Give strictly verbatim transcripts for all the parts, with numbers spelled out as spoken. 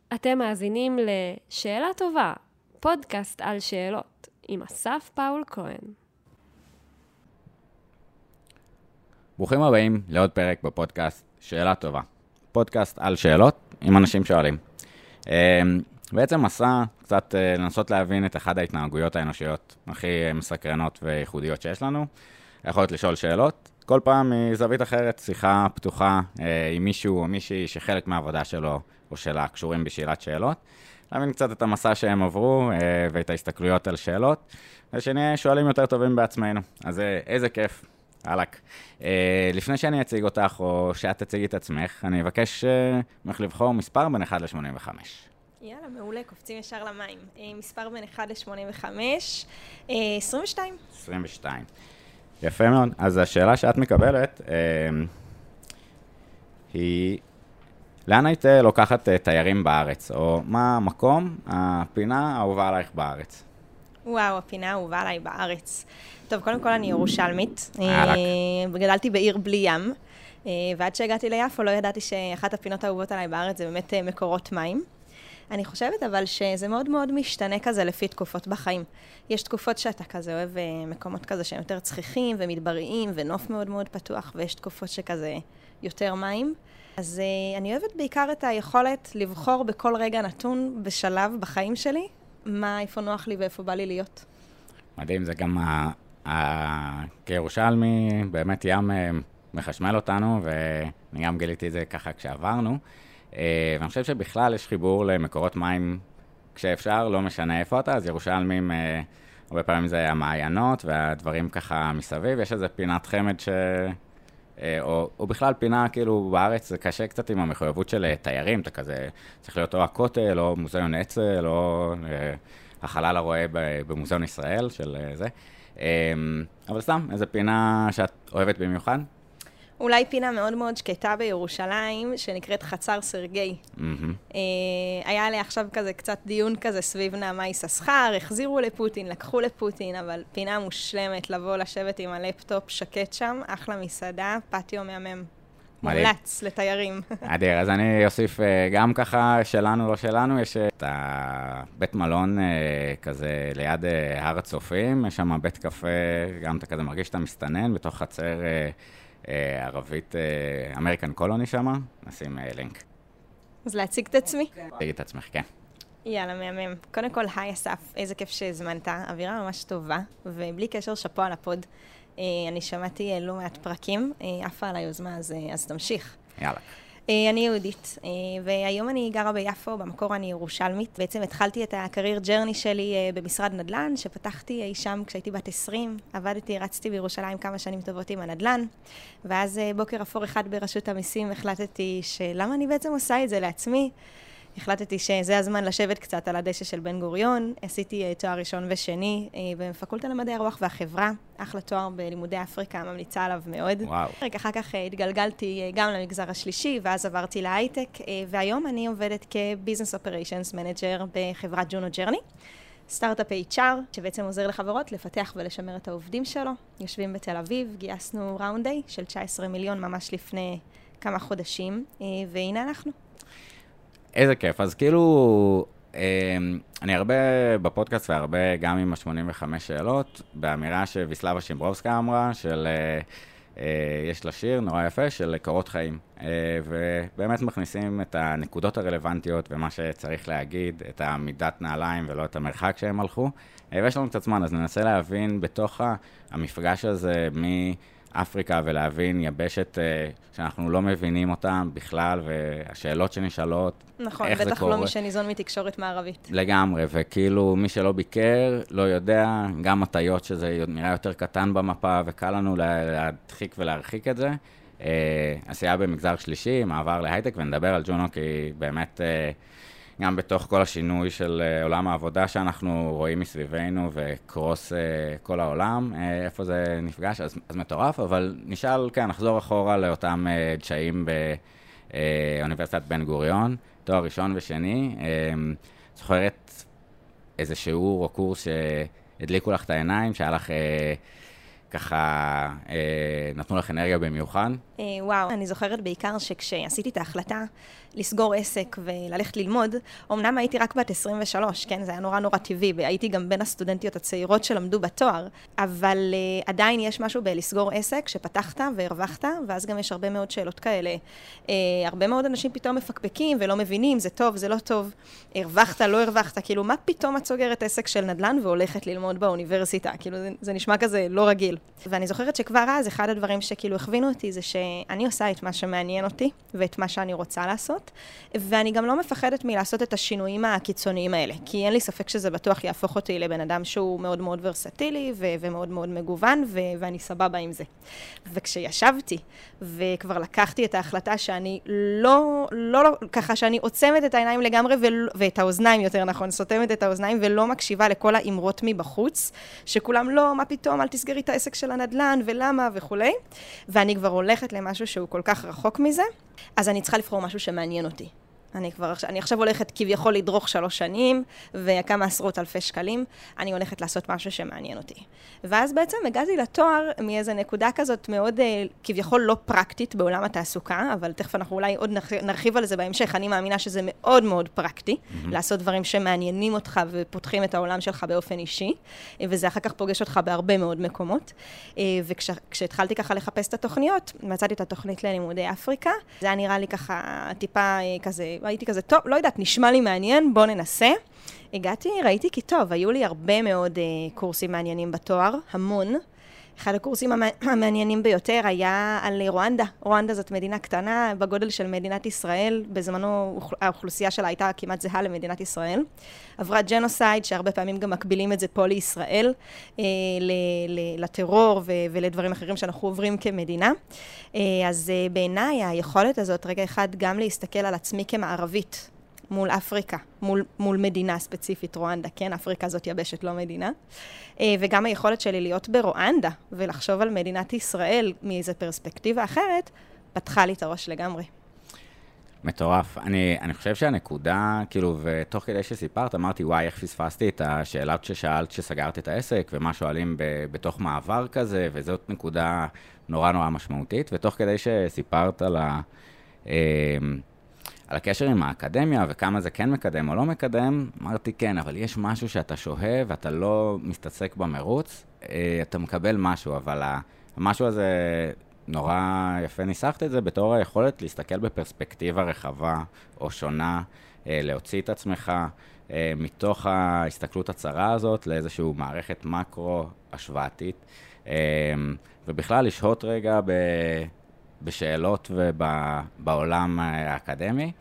אתם מאזינים לשאלה טובה, פודקאסט על שאלות, עם אסף פאול כהן. ברוכים הבאים לעוד פרק בפודקאסט שאלה טובה. פודקאסט על שאלות עם אנשים שואלים. בעצם מסע קצת לנסות להבין את אחד ההתנהגויות האנושיות הכי מסקרנות וייחודיות שיש לנו. יכול להיות לשאול שאלות, כל פעם מזווית אחרת, שיחה פתוחה עם מישהו או מישהי שחלק מהעבודה שלו או שלה קשורים בשאלת שאלות. להבין קצת את המסע שהם עברו ואת ההסתכלויות על שאלות, ושנהיה שואלים יותר טובים בעצמנו. אז איזה כיף. הלק. לפני שאני אציג אותך או שאת תציגי את עצמך, אני אבקש ממך לבחור מספר בין אחד ל-שמונים וחמש. יאללה, מעולה, קופצים ישר למים. מספר בין אחד ל-שמונים וחמש, עשרים ושתיים. עשרים ושתיים. יפה מאוד. אז השאלה שאת מקבלת היא, לאן היית לוקחת תיירים בארץ? או מה המקום, הפינה האהובה עלייך בארץ? וואו, הפינה האהובה עליי בארץ. טוב, קודם כל אני ירושלמית. הלק. גדלתי בעיר בלי ים, ועד שהגעתי ליפו לא ידעתי שאחת הפינות האהובות עליי בארץ זה באמת מקורות מים. אני חושבת אבל שזה מאוד מאוד משתנה כזה לפי תקופות בחיים. יש תקופות שאתה כזה אוהב מקומות כזה שהם יותר צחיחים ומדבריים ונוף מאוד מאוד פתוח, ויש תקופות שכזה יותר מים. אז אני אוהבת בעיקר את היכולת לבחור בכל רגע נתון בשלב בחיים שלי, מה איפה נוח לי ואיפה בא לי להיות. מדהים, זה גם ה... ה... כירושלמי, באמת ים מחשמל אותנו, ואני גם גיליתי את זה ככה כשעברנו. ואני חושב שבכלל יש חיבור למקורות מים כשאפשר, לא משנה איפה אתה, אז ירושלמים, הרבה פעמים זה המעיינות והדברים ככה מסביב, יש איזה פינת חמד ש... או, או בכלל פינה כאילו בארץ, זה קשה קצת עם המחויבות של תיירים, אתה כזה צריך להיות או הכותל, או מוזיאון אצל, או החלל הרואה במוזיאון ישראל של זה. אבל סתם, איזה פינה שאת אוהבת במיוחד? אולי פינה מאוד מאוד שקטה בירושלים, שנקראת חצר סרגי. Mm-hmm. אה, היה עליה עכשיו כזה קצת דיון כזה סביב נעמה יששכר, החזירו לפוטין, לקחו לפוטין, אבל פינה מושלמת לבוא לשבת עם הלפטופ שקט שם, אחלה מסעדה, פטיו מהמם. מומלץ לתיירים. אדיר, אז אני אוסיף גם ככה שלנו, לא שלנו, יש את הבית מלון כזה ליד הר הצופים, יש שם בית קפה, גם אתה כזה מרגיש שאתה מסתנן בתוך חצר ערבית, אמריקן קולוני שמה, נשים לינק. אז להציג את עצמי? תציג את עצמך, כן. יאללה, מהמם. קודם כל, היי אסף, איזה כיף שהזמנת, אווירה ממש טובה, ובלי קשר שפו על הפוד. אני שמעתי לא מעט פרקים, עפה על היוזמה, אז, אז תמשיך. יאללה. אני יהודית, והיום אני גרה ביפו, במקור אני ירושלמית. בעצם התחלתי את הקרייר ג'רני שלי במשרד נדל"ן, שפתחתי אי שם כשהייתי בת עשרים. עבדתי, רצתי בירושלים כמה שנים טובות עם הנדל"ן, ואז בוקר אפור אחד ברשות המיסים החלטתי שלמה אני בעצם עושה את זה לעצמי. החלטתי שזה הזמן לשבת קצת על הדשא של בן גוריון, עשיתי תואר ראשון ושני בפקולטה למדעי הרוח והחברה, אחלה תואר בלימודי אפריקה, ממליצה עליו מאוד. וואו. רק אחר כך התגלגלתי גם למגזר השלישי, ואז עברתי להייטק, והיום אני עובדת כ-Business Operations Manager בחברת ג'ונו ג'רני, סטארט-אפ אייץ' אר, שבעצם עוזר לחברות לפתח ולשמר את העובדים שלו. יושבים בתל אביב, גייסנו ראונד איי של תשע עשרה מיליון ממש לפני כמה חודשים, והנה אנחנו. איזה כיף, אז כאילו, אני הרבה בפודקאסט והרבה גם עם ה-שמונים וחמש שאלות, באמירה שוויסלבה שימברובסקה אמרה, של יש לה שיר נורא יפה של קורות חיים, ובאמת מכניסים את הנקודות הרלוונטיות ומה שצריך להגיד, את המידת נעליים ולא את המרחק שהם הלכו, ויש לנו קצת זמן, אז ננסה להבין בתוך המפגש הזה מ... אפריקה ולהבין יבשת שאנחנו לא מבינים אותם בכלל, והשאלות שנשאלות, נכון, איך זה קורה. בטח לא מי שניזון מתקשורת מערבית. לגמרי, וכאילו מי שלא ביקר לא יודע, גם הטיות שזה נראה יותר קטן במפה, וקל לנו להדחיק ולהרחיק את זה. עשייה במגזר שלישי, מעבר להייטק, ונדבר על ג'ונו, כי באמת גם בתוך כל השינוי של עולם העבודה שאנחנו רואים מסביבנו וקרוס כל העולם, איפה זה נפגש, אז, אז מטורף, אבל נשאל, כן, נחזור אחורה לאותם דשאים באוניברסיטת בן גוריון, תואר ראשון ושני. זוכרת איזה שיעור או קורס שהדליקו לך את העיניים, שהיה לך ככה אה, נתנו לך אנרגיה במיוחד? אה, וואו, אני זוכרת בעיקר שכשעשיתי את ההחלטה לסגור עסק וללכת ללמוד, אמנם הייתי רק בת עשרים ושלוש, כן, זה היה נורא נורא טבעי, והייתי גם בין הסטודנטיות הצעירות שלמדו בתואר, אבל אה, עדיין יש משהו בלסגור עסק שפתחת והרווחת, ואז גם יש הרבה מאוד שאלות כאלה. אה, הרבה מאוד אנשים פתאום מפקפקים ולא מבינים, זה טוב, זה לא טוב, הרווחת, לא הרווחת, כאילו מה פתאום את סוגרת עסק של נדל"ן והולכת ללמוד באוניברסיטה? כאילו זה, זה נשמע כזה לא רגיל. ואני זוכרת שכבר אז אחד הדברים שכאילו הכווינו אותי זה שאני עושה את מה שמעניין אותי ואת מה שאני רוצה לעשות, ואני גם לא מפחדת מלעשות את השינויים הקיצוניים האלה, כי אין לי ספק שזה בטוח יהפוך אותי לבן אדם שהוא מאוד מאוד ורסטילי ו- ומאוד מאוד מגוון, ו- ואני סבבה עם זה. וכשישבתי וכבר לקחתי את ההחלטה שאני לא, לא, לא ככה שאני עוצמת את העיניים לגמרי ו- ואת האוזניים יותר נכון, סותמת את האוזניים ולא מקשיבה לכל האמרות מבחוץ, שכולם לא, מה פתאום, אל תסגרי את העסק של הנדל"ן ולמה וכולי, ואני כבר הולכת למשהו שהוא כל כך רחוק מזה, אז אני צריכה לבחור משהו שמעניין אותי. אני כבר, אני עכשיו הולכת כביכול לדרוך שלוש שנים, וכמה עשרות אלפי שקלים, אני הולכת לעשות משהו שמעניין אותי. ואז בעצם הגעתי לתואר מאיזו נקודה כזאת מאוד כביכול לא פרקטית בעולם התעסוקה, אבל תכף אנחנו אולי עוד נרחיב על זה בהמשך, אני מאמינה שזה מאוד מאוד פרקטי, mm-hmm. לעשות דברים שמעניינים אותך ופותחים את העולם שלך באופן אישי, וזה אחר כך פוגש אותך בהרבה מאוד מקומות. וכשהתחלתי ככה לחפש את התוכניות, מצאתי את התוכנית ללימודי אפריקה, זה היה נראה לי ככה טיפה כזה, הייתי כזה, טוב, לא יודעת, נשמע לי מעניין, בוא ננסה. הגעתי, ראיתי כי טוב, היו לי הרבה מאוד אה, קורסים מעניינים בתואר, המון. אחד הקורסים המעניינים ביותר היה על רואנדה. רואנדה זאת מדינה קטנה, בגודל של מדינת ישראל, בזמנו האוכלוסייה שלה הייתה כמעט זהה למדינת ישראל. עברה ג'נוסייד, שהרבה פעמים גם מקבילים את זה פה לישראל, אה, ל- ל- לטרור ו- ולדברים אחרים שאנחנו עוברים כמדינה. אה, אז אה, בעיניי היכולת הזאת, רגע אחד, גם להסתכל על עצמי כמערבית, מול אפריקה, מול, מול מדינה ספציפית, רואנדה, כן? אפריקה זאת יבשת, לא מדינה. וגם היכולת שלי להיות ברואנדה, ולחשוב על מדינת ישראל מאיזו פרספקטיבה אחרת, פתחה לי את הראש לגמרי. מטורף. אני, אני חושב שהנקודה, כאילו, ותוך כדי שסיפרת, אמרתי, וואי, איך פספסתי את השאלות ששאלת שסגרת את העסק, ומה שואלים ב, בתוך מעבר כזה, וזאת נקודה נורא נורא משמעותית, ותוך כדי שסיפרת על ה... על הקשר עם האקדמיה, וכמה זה כן מקדם או לא מקדם, אמרתי כן, אבל יש משהו שאתה שוהה, ואתה לא מסתצק במרוץ, אתה מקבל משהו, אבל המשהו הזה נורא יפה ניסחת את זה, בתור היכולת להסתכל בפרספקטיבה רחבה או שונה, להוציא את עצמך מתוך ההסתכלות הצרה הזאת, לאיזשהו מערכת מקרו השוואתית, ובכלל לשהות רגע ב... בשאלות ובעולם האקדמי,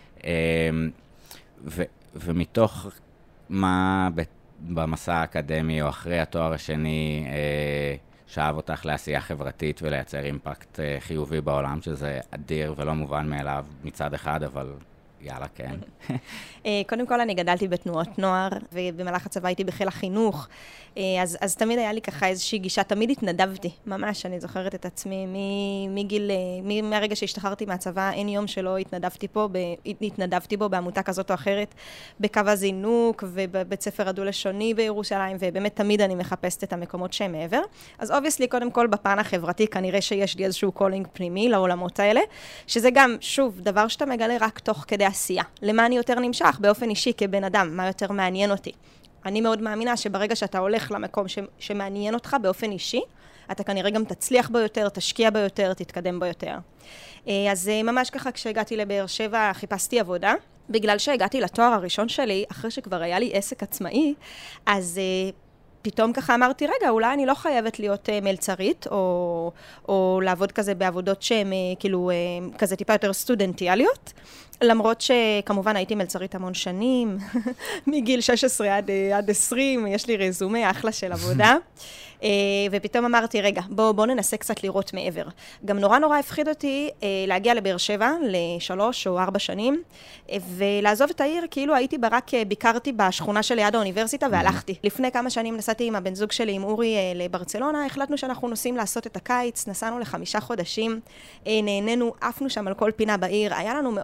ו, ומתוך מה במסע האקדמי או אחרי התואר השני שאב אותך לעשייה חברתית ולייצר אימפקט חיובי בעולם, שזה אדיר ולא מובן מאליו מצד אחד, אבל יאללה, כן. קודם כל, אני גדלתי בתנועות נוער, ובמהלך הצבא הייתי בחיל החינוך, אז, אז תמיד היה לי ככה איזושהי גישה, תמיד התנדבתי, ממש, אני זוכרת את עצמי, מגיל, מהרגע שהשתחררתי מהצבא, אין יום שלא התנדבתי פה, התנדבתי בו בעמותה כזאת או אחרת, בקו הזינוק ובבית ספר הדו-לשוני בירושלים, ובאמת תמיד אני מחפשת את המקומות שהם מעבר. אז obviously, קודם כל, בפן החברתי, כנראה שיש לי איזשהו קולינג פנימי לעולמות האלה, שזה גם, שוב, דבר שאתה מגלה רק תוך כדי עשייה. למה אני יותר נמשך באופן אישי כבן אדם? מה יותר מעניין אותי? אני מאוד מאמינה שברגע שאתה הולך למקום ש- שמעניין אותך באופן אישי, אתה כנראה גם תצליח בו יותר, תשקיע בו יותר, תתקדם בו יותר. אז ממש ככה כשהגעתי לבאר שבע חיפשתי עבודה, בגלל שהגעתי לתואר הראשון שלי, אחרי שכבר היה לי עסק עצמאי, אז פתאום ככה אמרתי, רגע, אולי אני לא חייבת להיות uh, מלצרית, או, או לעבוד כזה בעבודות שהן uh, כאילו uh, כזה טיפה יותר סטודנטיאליות, למרות שכמובן הייתי מלצרית המון שנים, מגיל שש עשרה עד, עד עשרים, יש לי רזומה אחלה של עבודה, uh, ופתאום אמרתי, רגע, בוא, בוא ננסה קצת לראות מעבר. גם נורא נורא הפחיד אותי uh, להגיע לבאר שבע לשלוש או ארבע שנים, uh, ולעזוב את העיר, כאילו הייתי ברק, uh, ביקרתי בשכונה שליד האוניברסיטה והלכתי. לפני כמה שנים נסעתי עם הבן זוג שלי, עם אורי, uh, לברצלונה, החלטנו שאנחנו נוסעים לעשות את הקיץ, נסענו לחמישה חודשים, uh, נהנינו, עפנו שם על כל פינה בעיר, היה לנו מאוד מאוד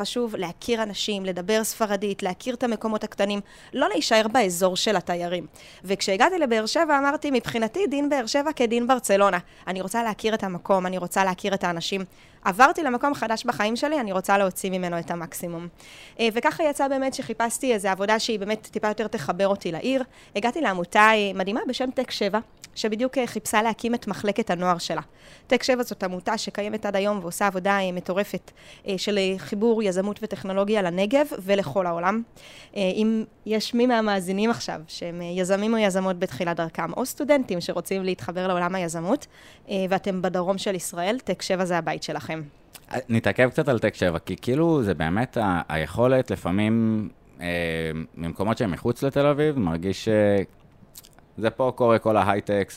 חשוב להכיר אנשים, לדבר ספרדית, להכיר את המקומות הקטנים, לא להישאר באזור של התיירים. וכשהגעתי לבאר שבע אמרתי, מבחינתי דין באר שבע כדין ברצלונה. אני רוצה להכיר את המקום, אני רוצה להכיר את האנשים. עברתי למקום חדש בחיים שלי, אני רוצה להוציא ממנו את המקסימום. וככה יצא באמת שחיפשתי איזו עבודה שהיא באמת טיפה יותר תחבר אותי לעיר. הגעתי לעמותה מדהימה בשם טק שבע, שבדיוק חיפשה להקים את מחלקת הנוער שלה. טק שבע זאת עמותה שקיימת עד היום ועושה עבודה מטורפת של חיבור יזמות וטכנולוגיה לנגב ולכל העולם. אם יש מי מהמאזינים עכשיו שהם יזמים או יזמות בתחילת דרכם, או סטודנטים שרוצים להתחבר לעולם היזמות, ואתם בדרום של ישראל, טק שבע זה הבית שלכם. נתעכב קצת על טק שבע, כי כאילו זה באמת ה- היכולת לפעמים אה, ממקומות שהם מחוץ לתל אביב, מרגיש שזה פה קורה כל ההייטקס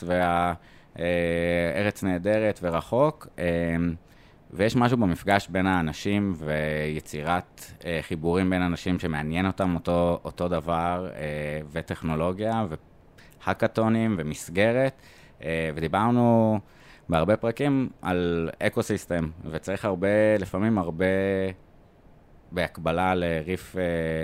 והארץ נהדרת ורחוק, אה, ויש משהו במפגש בין האנשים ויצירת אה, חיבורים בין אנשים שמעניין אותם אותו, אותו דבר, אה, וטכנולוגיה והקטונים ומסגרת, אה, ודיברנו בהרבה פרקים על אקוסיסטם, וצריך הרבה, לפעמים הרבה בהקבלה לריף אה,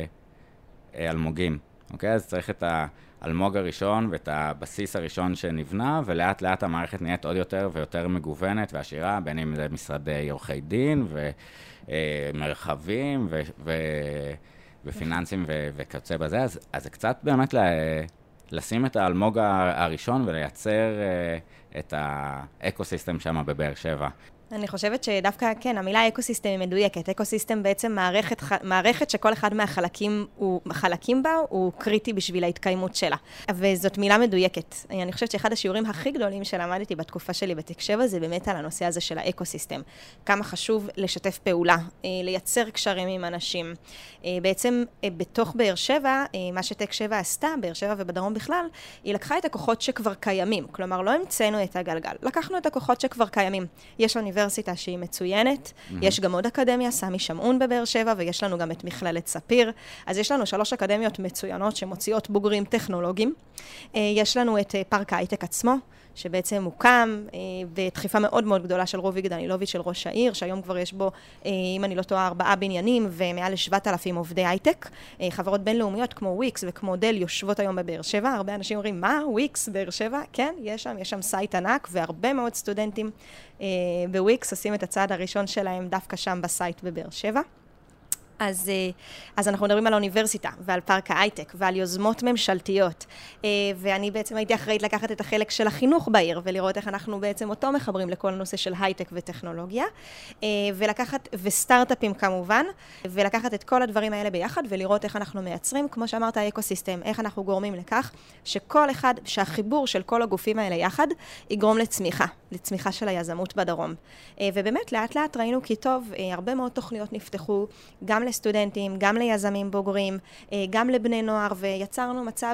אה, אלמוגים, אוקיי? אז צריך את האלמוג הראשון ואת הבסיס הראשון שנבנה, ולאט לאט המערכת נהיית עוד יותר ויותר מגוונת ועשירה, בין אם זה משרדי עורכי דין ומרחבים ו, ו, ופיננסים ו, וכיוצא בזה, אז, אז זה קצת באמת לה, לשים את האלמוג הראשון ולייצר uh, את האקוסיסטם שם בבאר שבע. אני חושבת שדווקא, כן, המילה אקוסיסטם היא מדויקת. אקוסיסטם בעצם מערכת, מערכת שכל אחד מהחלקים הוא, חלקים בה הוא קריטי בשביל ההתקיימות שלה. וזאת מילה מדויקת. אני חושבת שאחד השיעורים הכי גדולים שלמדתי בתקופה שלי בטק שבע זה באמת על הנושא הזה של האקוסיסטם. כמה חשוב לשתף פעולה, לייצר קשרים עם אנשים. בעצם בתוך באר שבע, מה שטק שבע עשתה, באר שבע ובדרום בכלל, היא לקחה את הכוחות שכבר קיימים. כלומר, לא המצאנו את הגלגל. לקחנו את הכוחות שכבר קיימים. יש אוניברסיטה שהיא מצוינת, mm-hmm. יש גם עוד אקדמיה, סמי שמעון בבאר שבע, ויש לנו גם את מכללת ספיר. אז יש לנו שלוש אקדמיות מצוינות שמוציאות בוגרים טכנולוגיים. יש לנו את פארק ההייטק עצמו, שבעצם הוקם בדחיפה מאוד מאוד גדולה של רוביק דנילוביץ' של ראש העיר, שהיום כבר יש בו, אם אני לא טועה, ארבעה בניינים ומעל לשבעת אלפים עובדי הייטק. חברות בינלאומיות כמו וויקס וכמו דל יושבות היום בבאר שבע. הרבה אנשים אומרים, מה? וויקס, באר שבע? כן, יש שם, יש שם סייט ענק, והרבה מאוד סטודנטים בוויקס עושים את הצעד הראשון שלהם דווקא שם בסייט בבאר שבע. אז, אז אנחנו מדברים על האוניברסיטה ועל פארק ההייטק ועל יוזמות ממשלתיות. ואני בעצם הייתי אחראית לקחת את החלק של החינוך בעיר ולראות איך אנחנו בעצם אותו מחברים לכל הנושא של הייטק וטכנולוגיה. ולקחת, וסטארט-אפים כמובן, ולקחת את כל הדברים האלה ביחד ולראות איך אנחנו מייצרים, כמו שאמרת, האקוסיסטם, איך אנחנו גורמים לכך שכל אחד, שהחיבור של כל הגופים האלה יחד, יגרום לצמיחה, לצמיחה של היזמות בדרום. ובאמת לאט לאט ראינו כי טוב, הרבה מאוד תוכניות נפתחו, גם לסטודנטים, גם ליזמים בוגרים, גם לבני נוער, ויצרנו מצב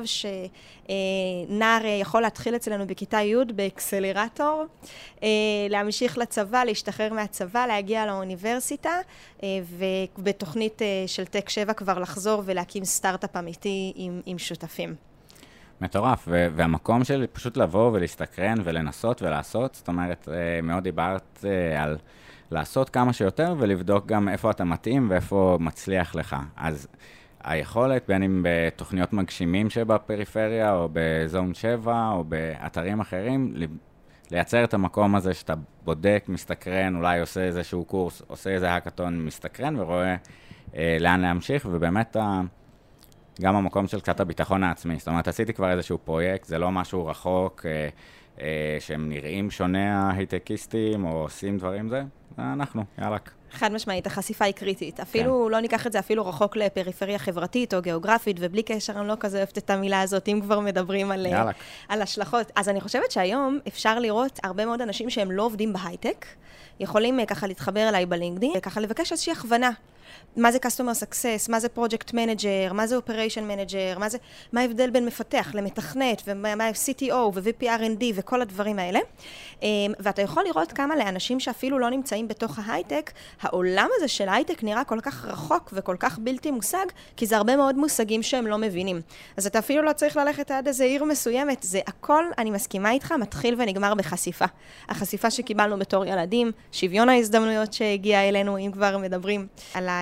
שנער יכול להתחיל אצלנו בכיתה י' באקסלרטור, להמשיך לצבא, להשתחרר מהצבא, להגיע לאוניברסיטה, ובתוכנית של טק שבע כבר לחזור ולהקים סטארט-אפ אמיתי עם, עם שותפים. מטורף, והמקום של פשוט לבוא ולהסתקרן ולנסות ולעשות, זאת אומרת, מאוד דיברת על לעשות כמה שיותר ולבדוק גם איפה אתה מתאים ואיפה מצליח לך. אז היכולת, בין אם בתוכניות מגשימים שבפריפריה או בזון שבע או באתרים אחרים, לייצר את המקום הזה שאתה בודק, מסתקרן, אולי עושה איזשהו קורס, עושה איזה האקתון, מסתקרן ורואה אה, לאן להמשיך, ובאמת ה... גם המקום של קצת הביטחון העצמי. זאת אומרת, עשיתי כבר איזשהו פרויקט, זה לא משהו רחוק, אה, אה, שהם נראים שונה ההייטקיסטים או עושים דברים זה, זה אנחנו, יאללה. חד משמעית, החשיפה היא קריטית. אפילו, כן. לא ניקח את זה אפילו רחוק לפריפריה חברתית או גיאוגרפית, ובלי קשר, אני לא כזה אוהבת את המילה הזאת, אם כבר מדברים על, על השלכות. אז אני חושבת שהיום אפשר לראות הרבה מאוד אנשים שהם לא עובדים בהייטק, יכולים ככה להתחבר אליי בלינקדין, וככה לבקש איזושהי הכוונה. מה זה Customer Success, מה זה Project Manager, מה זה Operation Manager, מה זה, מה ההבדל בין מפתח למתכנת, ומה סי טי או ו-וי פי אר אנד די וכל הדברים האלה. ואתה יכול לראות כמה לאנשים שאפילו לא נמצאים בתוך ההייטק, העולם הזה של ההייטק נראה כל כך רחוק וכל כך בלתי מושג, כי זה הרבה מאוד מושגים שהם לא מבינים. אז אתה אפילו לא צריך ללכת עד איזה עיר מסוימת, זה הכל, אני מסכימה איתך, מתחיל ונגמר בחשיפה. החשיפה שקיבלנו בתור ילדים, שוויון ההזדמנויות שהגיע אלינו, אם כבר מדברים על ה...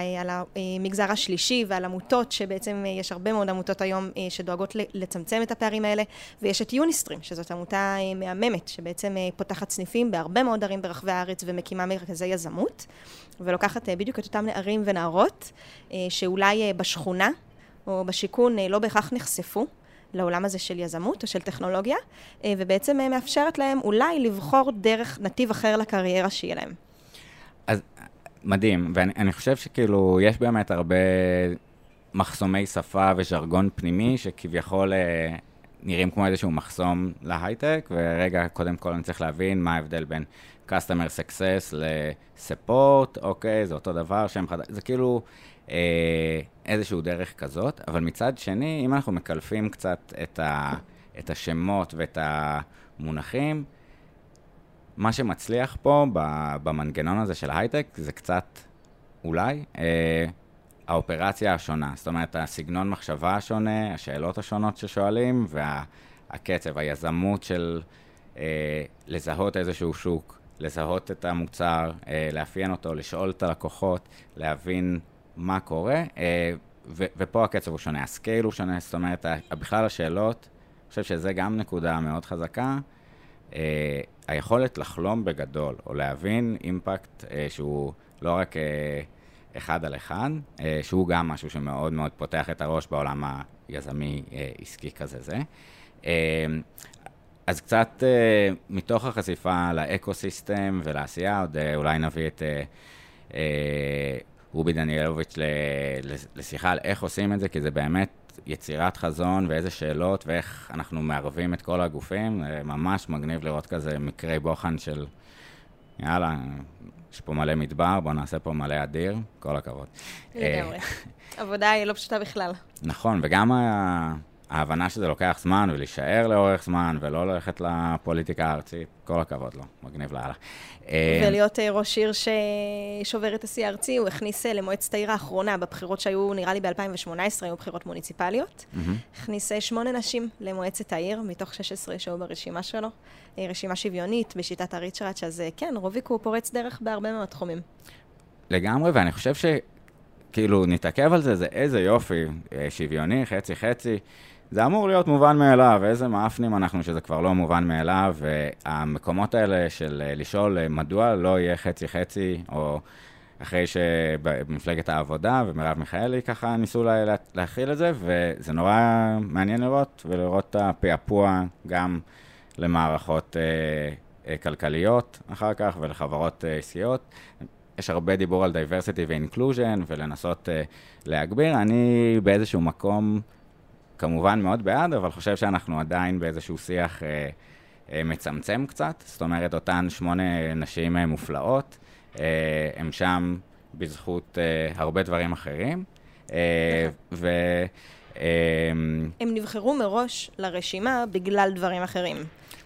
על המגזר השלישי ועל עמותות, שבעצם יש הרבה מאוד עמותות היום שדואגות לצמצם את הפערים האלה, ויש את יוניסטרים, שזאת עמותה מהממת, שבעצם פותחת סניפים בהרבה מאוד ערים ברחבי הארץ ומקימה מרכזי יזמות, ולוקחת בדיוק את אותם נערים ונערות, שאולי בשכונה או בשיקון לא בהכרח נחשפו לעולם הזה של יזמות או של טכנולוגיה, ובעצם מאפשרת להם אולי לבחור דרך נתיב אחר לקריירה שיהיה להם. אז מדהים, ואני חושב שכאילו יש באמת הרבה מחסומי שפה וז'רגון פנימי, שכביכול נראים כמו איזשהו מחסום להייטק, ורגע, קודם כל אני צריך להבין מה ההבדל בין Customer Success ל-Support, אוקיי, זה אותו דבר, שם חדש, זה כאילו אה, איזשהו דרך כזאת, אבל מצד שני, אם אנחנו מקלפים קצת את, ה, את השמות ואת המונחים, מה שמצליח פה במנגנון הזה של ההייטק, זה קצת, אולי, אה, האופרציה השונה. זאת אומרת, הסגנון מחשבה השונה, השאלות השונות ששואלים, והקצב, היזמות של אה, לזהות איזשהו שוק, לזהות את המוצר, אה, לאפיין אותו, לשאול את הלקוחות, להבין מה קורה, אה, ו- ופה הקצב הוא שונה, הסקייל הוא שונה, זאת אומרת, בכלל השאלות, אני חושב שזה גם נקודה מאוד חזקה, אה, היכולת לחלום בגדול, או להבין אימפקט אה, שהוא לא רק אה, אחד על אחד, אה, שהוא גם משהו שמאוד מאוד פותח את הראש בעולם היזמי אה, עסקי כזה זה. אה, אז קצת אה, מתוך החשיפה לאקוסיסטם ולעשייה, עוד אה, אולי נביא את אה, אה, רובי דניאלוביץ' לשיחה על איך עושים את זה, כי זה באמת יצירת חזון ואיזה שאלות ואיך אנחנו מערבים את כל הגופים. ממש מגניב לראות כזה מקרי בוחן של, יאללה, יש פה מלא מדבר, בוא נעשה פה מלא אדיר, כל הכבוד. לגמרי. עבודה היא לא פשוטה בכלל. נכון, וגם ההבנה שזה לוקח זמן ולהישאר לאורך זמן ולא ללכת לפוליטיקה הארצית, כל הכבוד לו, מגניב לאללה. ולהיות ראש עיר ששובר את השיא הארצי, הוא הכניס למועצת העיר האחרונה, בבחירות שהיו, נראה לי ב-אלפיים שמונה עשרה, היו בחירות מוניציפליות. הכניס שמונה נשים למועצת העיר, מתוך שש עשרה שהיו ברשימה שלו. רשימה שוויונית, בשיטת הריצ'ראץ', אז כן, רוביק הוא פורץ דרך בהרבה מאוד תחומים. לגמרי, ואני חושב שכאילו נתעכב על זה, זה איזה יופי, שוויוני, חצי חצי. זה אמור להיות מובן מאליו, ואיזה מאפנים אנחנו שזה כבר לא מובן מאליו, והמקומות האלה של לשאול מדוע לא יהיה חצי-חצי, או אחרי שבמפלגת העבודה ומרב מיכאלי ככה ניסו לה, להכיל את זה, וזה נורא מעניין לראות, ולראות את הפעפוע גם למערכות אה, אה, כלכליות אחר כך, ולחברות אה, עסקיות. יש הרבה דיבור על diversity ו-inclusion, ולנסות אה, להגביר. אני באיזשהו מקום כמובן מאוד בעד, אבל חושב שאנחנו עדיין באיזשהו שיח אה, אה, מצמצם קצת. זאת אומרת, אותן שמונה נשים אה, מופלאות, אה, הם שם בזכות אה, הרבה דברים אחרים. אה, ו... אה, הם נבחרו מראש לרשימה בגלל דברים אחרים.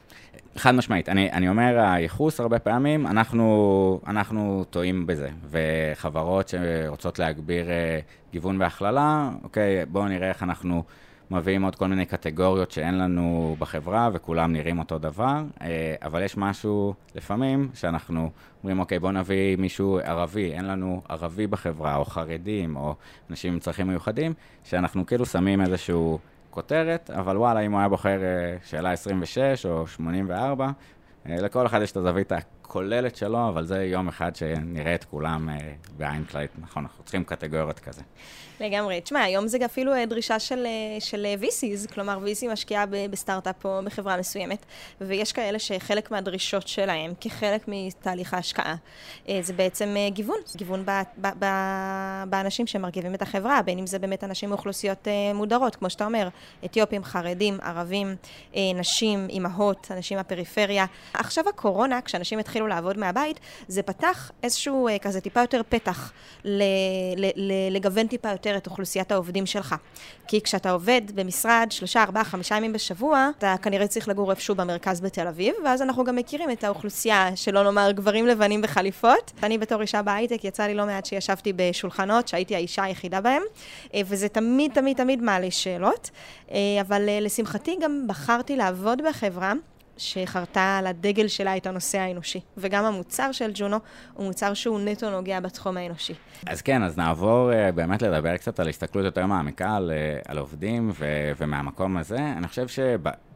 חד משמעית. אני, אני אומר, הייחוס הרבה פעמים, אנחנו, אנחנו טועים בזה. וחברות שרוצות להגביר אה, גיוון והכללה, אוקיי, בואו נראה איך אנחנו מביאים עוד כל מיני קטגוריות שאין לנו בחברה, וכולם נראים אותו דבר, אבל יש משהו לפעמים שאנחנו אומרים, אוקיי, בוא נביא מישהו ערבי, אין לנו ערבי בחברה, או חרדים, או אנשים עם צרכים מיוחדים, שאנחנו כאילו שמים איזשהו כותרת, אבל וואלה, אם הוא היה בוחר שאלה עשרים ושש או שמונים וארבע, לכל אחד יש את הזווית הכוללת שלו, אבל זה יום אחד שנראה את כולם בעין כללית, נכון, אנחנו צריכים קטגוריות כזה. לגמרי. תשמע, היום זה אפילו דרישה של, של וי סי'ז, כלומר, וי סי משקיעה בסטארט-אפ או בחברה מסוימת, ויש כאלה שחלק מהדרישות שלהם, כחלק מתהליך ההשקעה, זה בעצם גיוון. גיוון ב, ב, ב, באנשים שמרכיבים את החברה, בין אם זה באמת אנשים מאוכלוסיות מודרות, כמו שאתה אומר, אתיופים, חרדים, ערבים, נשים, אמהות, אנשים מהפריפריה. עכשיו הקורונה, כשאנשים התחילו לעבוד מהבית, זה פתח איזשהו כזה טיפה יותר פתח ל, ל, ל, לגוון טיפה יותר את אוכלוסיית העובדים שלך. כי כשאתה עובד במשרד שלושה, ארבעה, חמישה ימים בשבוע, אתה כנראה צריך לגור איפשהו במרכז בתל אביב, ואז אנחנו גם מכירים את האוכלוסייה, שלא נאמר גברים לבנים בחליפות. אני בתור אישה בהייטק, יצא לי לא מעט שישבתי בשולחנות, שהייתי האישה היחידה בהם, וזה תמיד, תמיד, תמיד מעלה שאלות. אבל לשמחתי גם בחרתי לעבוד בחברה, שחרתה על הדגל שלה את הנושא האנושי. וגם המוצר של ג'ונו הוא מוצר שהוא נטו נוגע בתחום האנושי. אז כן, אז נעבור uh, באמת לדבר קצת על הסתכלות יותר מעמיקה על, uh, על עובדים ו- ומהמקום הזה. אני חושב שהיו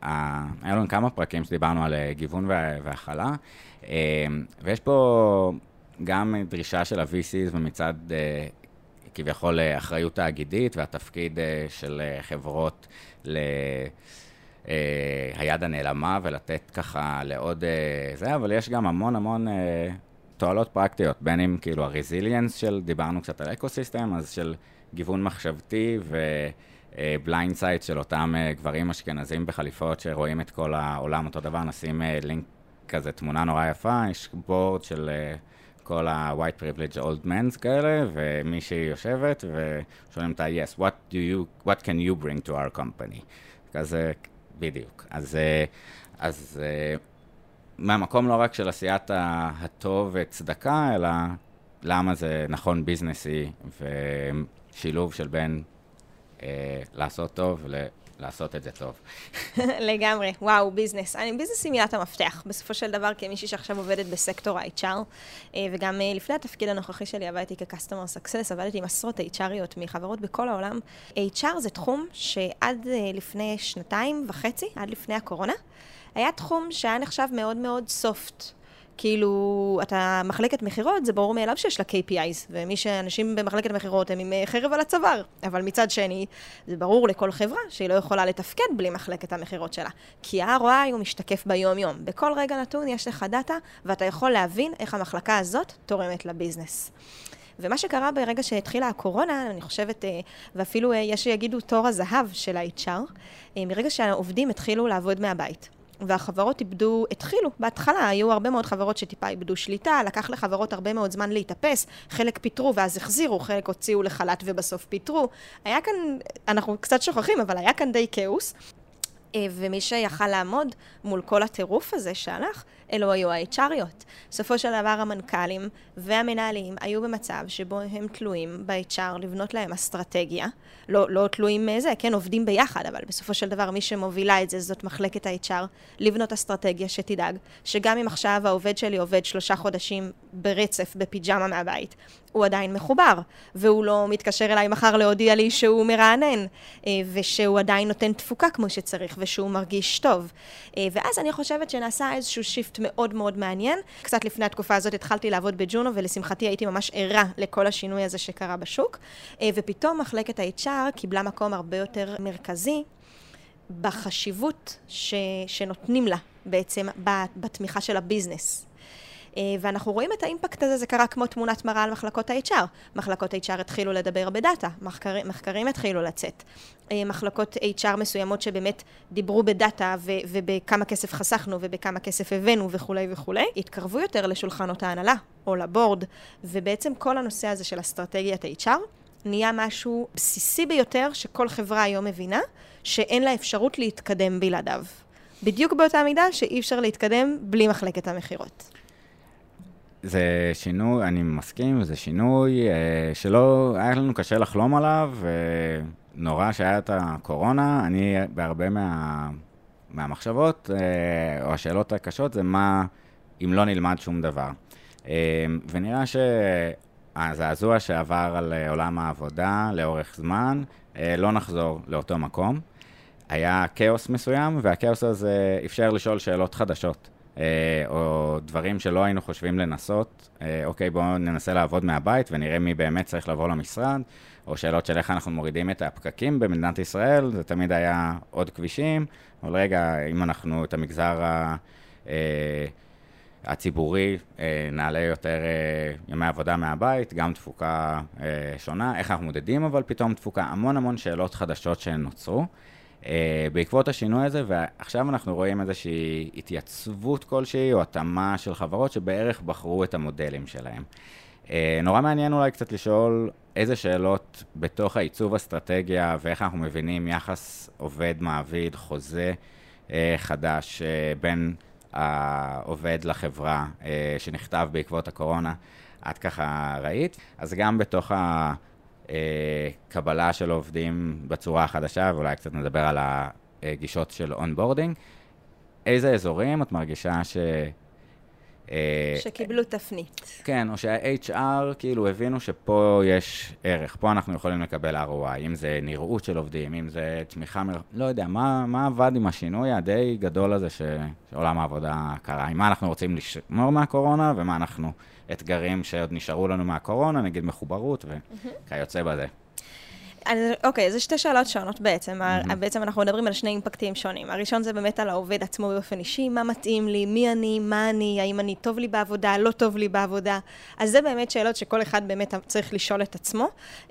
לנו כמה פרקים שדיברנו על uh, גיוון והכלה, uh, ויש פה גם דרישה של ה-וי סי'ס ומצד uh, כביכול uh, אחריות תאגידית והתפקיד uh, של uh, חברות ל... Uh, היד הנעלמה ולתת ככה לעוד uh, זה, אבל יש גם המון המון uh, תועלות פרקטיות, בין אם כאילו הרזיליאנס של, דיברנו קצת על אקוסיסטם, אז של גיוון מחשבתי ובליינד סייט של אותם uh, גברים אשכנזים בחליפות שרואים את כל העולם אותו דבר, נשים uh, לינק כזה, תמונה נורא יפה, יש בורד של uh, כל ה-white privilege old men כאלה, ומישהי יושבת ושואלים אותה, yes, what do you, what can you bring to our company? כזה, בדיוק. אז, אז מהמקום לא רק של עשיית הטוב וצדקה, אלא למה זה נכון ביזנסי ושילוב של בין אה, לעשות טוב ולעשות את זה טוב. לגמרי, וואו, ביזנס. אני ביזנס היא מילת המפתח. בסופו של דבר, כמישהי שעכשיו עובדת בסקטור ה-אייץ' אר, וגם לפני התפקיד הנוכחי שלי עבדתי כ-Customer Success, עבדתי עם עשרות אייץ' אריות מחברות בכל העולם. אייץ' אר זה תחום שעד לפני שנתיים וחצי, עד לפני הקורונה, היה תחום שהיה נחשב מאוד מאוד סופט. כאילו, אתה מחלקת מחירות, זה ברור מאליו שיש לה קיי פי איז, ומי שאנשים במחלקת מחירות הם עם חרב על הצוואר. אבל מצד שני, זה ברור לכל חברה שהיא לא יכולה לתפקד בלי מחלקת המחירות שלה. כי ה-אר או איי הוא משתקף ביום-יום. בכל רגע נתון יש לך דאטה, ואתה יכול להבין איך המחלקה הזאת תורמת לביזנס. ומה שקרה ברגע שהתחילה הקורונה, אני חושבת, ואפילו יש שיגידו תור הזהב של ה-אייץ' אר, מרגע שהעובדים התחילו לעבוד מהבית. והחברות איבדו, התחילו, בהתחלה היו הרבה מאוד חברות שטיפה איבדו שליטה, לקח לחברות הרבה מאוד זמן להתאפס, חלק פיתרו ואז החזירו, חלק הוציאו לחל"ת ובסוף פיתרו. היה כאן, אנחנו קצת שוכחים, אבל היה כאן די כאוס, ומי שיכל לעמוד מול כל הטירוף הזה שהלך, אלו היו ה-אייץ' אריות. בסופו של דבר המנכ"לים והמנהלים היו במצב שבו הם תלויים ב-אייץ' אר לבנות להם אסטרטגיה, לא, לא תלויים מזה, כן, עובדים ביחד, אבל בסופו של דבר מי שמובילה את זה זאת מחלקת ה-אייץ' אר, לבנות אסטרטגיה שתדאג, שגם אם עכשיו העובד שלי עובד שלושה חודשים ברצף בפיג'מה מהבית, הוא עדיין מחובר, והוא לא מתקשר אליי מחר להודיע לי שהוא מרענן, ושהוא עדיין נותן תפוקה כמו שצריך, ושהוא מרגיש טוב. ואז אני חושבת שנעשה איזשהו שיפט מאוד מאוד מעניין. קצת לפני התקופה הזאת התחלתי לעבוד בג'ונו, ולשמחתי הייתי ממש ערה לכל השינוי הזה שקרה בשוק, ופתאום מחלקת ה-אייץ' אר קיבלה מקום הרבה יותר מרכזי, בחשיבות ש... שנותנים לה בעצם בתמיכה של הביזנס. ואנחנו רואים את האימפקט הזה, זה קרה כמו תמונת מראה על מחלקות ה-אייץ' אר. מחלקות ה-אייץ' אר התחילו לדבר בדאטה, מחקרים, מחקרים התחילו לצאת. מחלקות אייץ' אר מסוימות שבאמת דיברו בדאטה ו- ובכמה כסף חסכנו ובכמה כסף הבאנו וכו' וכו', התקרבו יותר לשולחנות ההנהלה או לבורד, ובעצם כל הנושא הזה של אסטרטגיית אייץ' אר נהיה משהו בסיסי ביותר שכל חברה היום מבינה שאין לה אפשרות להתקדם בלעדיו. בדיוק באותה מידה שאי אפשר להתקדם בלי מחלקת המחירות. זה שינוי, אני מסכים, זה שינוי אה, שלא היה לנו קשה לחלום עליו, ונורא שהיה את הקורונה. אני בהרבה מה, מהמחשבות, אה, או השאלות הקשות, זה מה אם לא נלמד שום דבר. אה, ונראה שהזעזוע שעבר על עולם העבודה לאורך זמן, אה, לא נחזור לאותו מקום. היה כאוס מסוים, והכאוס הזה אפשר לשאול שאלות חדשות. או דברים שלא היינו חושבים לנסות, אוקיי, בואו ננסה לעבוד מהבית ונראה מי באמת צריך לבוא למשרד, או שאלות של איך אנחנו מורידים את הפקקים במדינת ישראל, זה תמיד היה עוד כבישים, אבל רגע, אם אנחנו את המגזר הציבורי נעלה יותר ימי עבודה מהבית, גם תפוקה שונה, איך אנחנו מודדים, אבל פתאום תפוקה, המון המון שאלות חדשות שנוצרו, בעקבות השינוי הזה, ועכשיו אנחנו רואים איזושהי התייצבות כלשהי, או התאמה של חברות שבערך בחרו את המודלים שלהם. נורא מעניין אולי קצת לשאול איזה שאלות בתוך העיצוב אסטרטגיה, ואיך אנחנו מבינים יחס עובד מעביד, חוזה חדש בין העובד לחברה, שנכתב בעקבות הקורונה, את ככה ראית. אז גם בתוך ה... קבלה של עובדים בצורה החדשה, ואולי קצת נדבר על הגישות של אונבורדינג. איזה אזורים את מרגישה ש... שקיבלו תפנית. כן, או שה-אייץ' אר כאילו הבינו שפה יש ערך, פה אנחנו יכולים לקבל אר או איי, אם זה נראות של עובדים, אם זה תמיכה, מר... לא יודע, מה, מה עבד עם השינוי הדי גדול הזה ש... שעולם העבודה קרה, עם מה אנחנו רוצים לשמור מהקורונה, ומה אנחנו אתגרים שעוד נשארו לנו מהקורונה, נגיד מחוברות וכיוצא בזה. אוקיי, זה שתי שאלות שונות בעצם. בעצם אנחנו מדברים על שני אימפקטים שונים. הראשון זה באמת על העובד עצמו באופן אישי, מה מתאים לי, מי אני, מה אני, האם אני טוב לי בעבודה, לא טוב לי בעבודה. אז זה באמת שאלות שכל אחד באמת צריך לשאול את עצמו.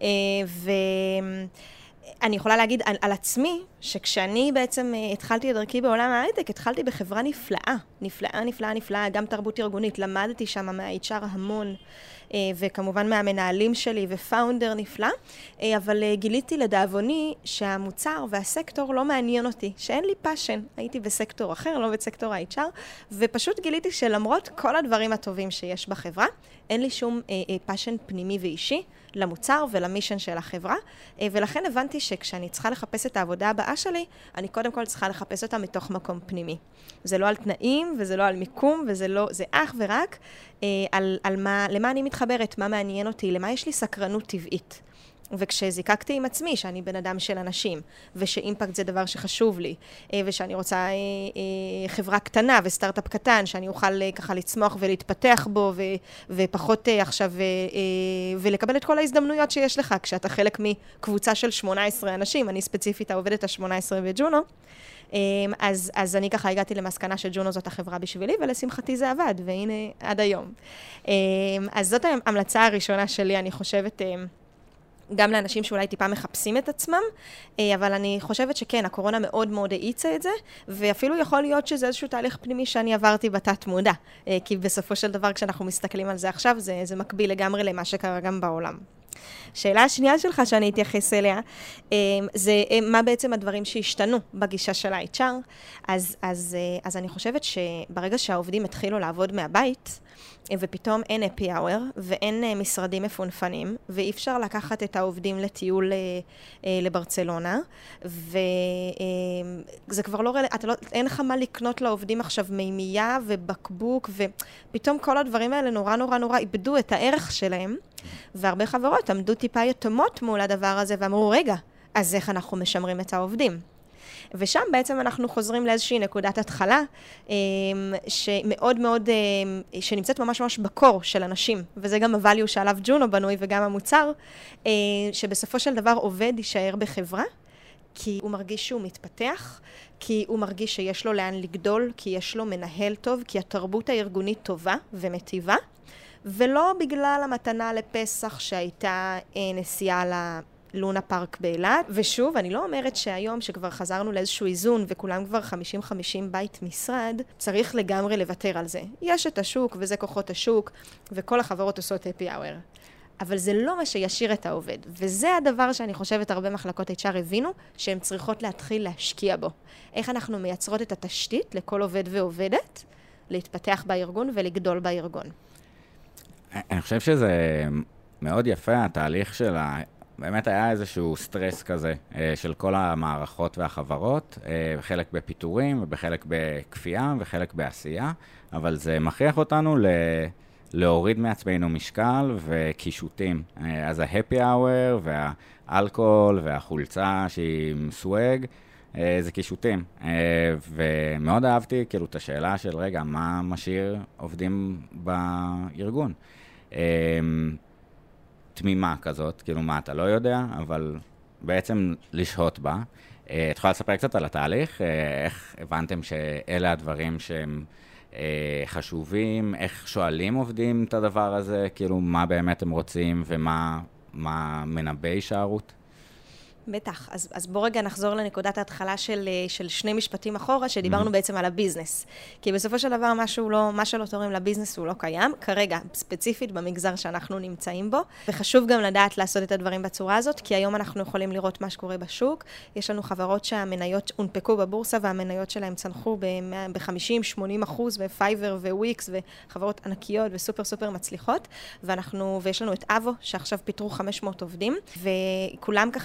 ואני יכולה להגיד על, על עצמי, שכשאני בעצם התחלתי את דרכי בעולם ההייטק, התחלתי בחברה נפלאה, נפלאה, נפלאה, נפלאה, גם תרבות ארגונית, למדתי שם מה-אייץ' אר המון, וכמובן מהמנהלים שלי ופאונדר נפלא, אבל גיליתי לדאבוני שהמוצר והסקטור לא מעניין אותי, שאין לי פאשן, הייתי בסקטור אחר, לא בסקטור ה-אייץ' אר, ופשוט גיליתי שלמרות כל הדברים הטובים שיש בחברה, אין לי שום פאשן פנימי ואישי למוצר ולמישן של החברה, ולכן הבנתי שכשאני צריכה לחפש את העבודה הבאה שלי, אני קודם כל צריכה לחפש אותה מתוך מקום פנימי. זה לא על תנאים, וזה לא על מיקום, וזה לא, זה אך ורק אה, על, על מה, למה אני מתחברת, מה מעניין אותי, למה יש לי סקרנות טבעית. וכשזיקקתי עם עצמי שאני בן אדם של אנשים, ושאימפקט זה דבר שחשוב לי, ושאני רוצה אה, אה, חברה קטנה וסטארט-אפ קטן, שאני אוכל אה, ככה לצמוח ולהתפתח בו, ו, ופחות אה, עכשיו, אה, אה, ולקבל את כל ההזדמנויות שיש לך, כשאתה חלק מקבוצה של שמונה עשרה אנשים, אני ספציפית העובדת ה-שמונה עשרה בג'ונו, אז, אז אני ככה הגעתי למסקנה שג'ונו זאת החברה בשבילי, ולשמחתי זה עבד, והנה עד היום. אז זאת ההמלצה הראשונה שלי, אני חושבת, גם לאנשים שאולי טיפה מחפשים את עצמם, אבל אני חושבת שכן, הקורונה מאוד מאוד האיצה את זה, ואפילו יכול להיות שזה איזשהו תהליך פנימי שאני עברתי בתת מודע, כי בסופו של דבר כשאנחנו מסתכלים על זה עכשיו, זה, זה מקביל לגמרי למה שקרה גם בעולם. שאלה השנייה שלך שאני אתייחס אליה, זה מה בעצם הדברים שהשתנו בגישה של ה-אייץ' אר. אז, אז, אז אני חושבת שברגע שהעובדים התחילו לעבוד מהבית, ופתאום אין happy hour, ואין משרדים מפונפנים, ואי אפשר לקחת את העובדים לטיול לברצלונה, וזה כבר לא, אתה לא, אין לך מה לקנות לעובדים עכשיו מימייה ובקבוק, ופתאום כל הדברים האלה נורא נורא נורא איבדו את הערך שלהם, והרבה חברות עמדו טיפה יתומות מול הדבר הזה, ואמרו, רגע, אז איך אנחנו משמרים את העובדים? ושם בעצם אנחנו חוזרים לאיזושהי נקודת התחלה, שמאוד מאוד, שנמצאת ממש ממש בקור של אנשים, וזה גם הvalue שעליו ג'ונו בנוי וגם המוצר, שבסופו של דבר עובד יישאר בחברה, כי הוא מרגיש שהוא מתפתח, כי הוא מרגיש שיש לו לאן לגדול, כי יש לו מנהל טוב, כי התרבות הארגונית טובה ומטיבה, ולא בגלל המתנה לפסח שהייתה נסיעה ללונה פארק באילת. ושוב, אני לא אומרת שהיום שכבר חזרנו לאיזשהו איזון וכולם כבר חמישים חמישים בית משרד, צריך לגמרי לוותר על זה. יש את השוק וזה כוחות השוק, וכל החברות עושות happy hour. אבל זה לא מה שישיר את העובד. וזה הדבר שאני חושבת הרבה מחלקות אייץ' אר הבינו, שהן צריכות להתחיל להשקיע בו. איך אנחנו מייצרות את התשתית לכל עובד ועובדת, להתפתח בארגון ולגדול בארגון. אני חושב שזה מאוד יפה, התהליך של ה... באמת היה איזשהו סטרס כזה של כל המערכות והחברות, חלק בפיתורים ובחלק בכפייה וחלק בעשייה, אבל זה מכריח אותנו ל... להוריד מעצמנו משקל וקישוטים. אז ה-happy hour והאלכוהול והחולצה שהיא סווג, זה קישוטים. ומאוד אהבתי כאילו את השאלה של רגע, מה משאיר עובדים בארגון? תמימה כזאת, כאילו מה אתה לא יודע, אבל בעצם לשהות בה. את יכולה לספר קצת על התהליך? איך הבנתם שאלה הדברים שהם חשובים? איך שואלים עובדים את הדבר הזה? כאילו מה באמת הם רוצים ומה מה מנבא הישארות? בטח. אז, אז בוא רגע נחזור לנקודת ההתחלה של, של שני משפטים אחורה, שדיברנו mm-hmm. בעצם על הביזנס. כי בסופו של דבר, משהו לא, מה שלא תורם לביזנס הוא לא קיים, כרגע, ספציפית במגזר שאנחנו נמצאים בו. וחשוב גם לדעת לעשות את הדברים בצורה הזאת, כי היום אנחנו יכולים לראות מה שקורה בשוק. יש לנו חברות שהמניות הונפקו בבורסה, והמניות שלהם צנחו ב-חמישים שמונים אחוז, בפייבר וויקס, וחברות ענקיות וסופר סופר מצליחות. ואנחנו, ויש לנו את אבו, שעכשיו פיתרו חמש מאות עובדים, וכולם ככה טיפה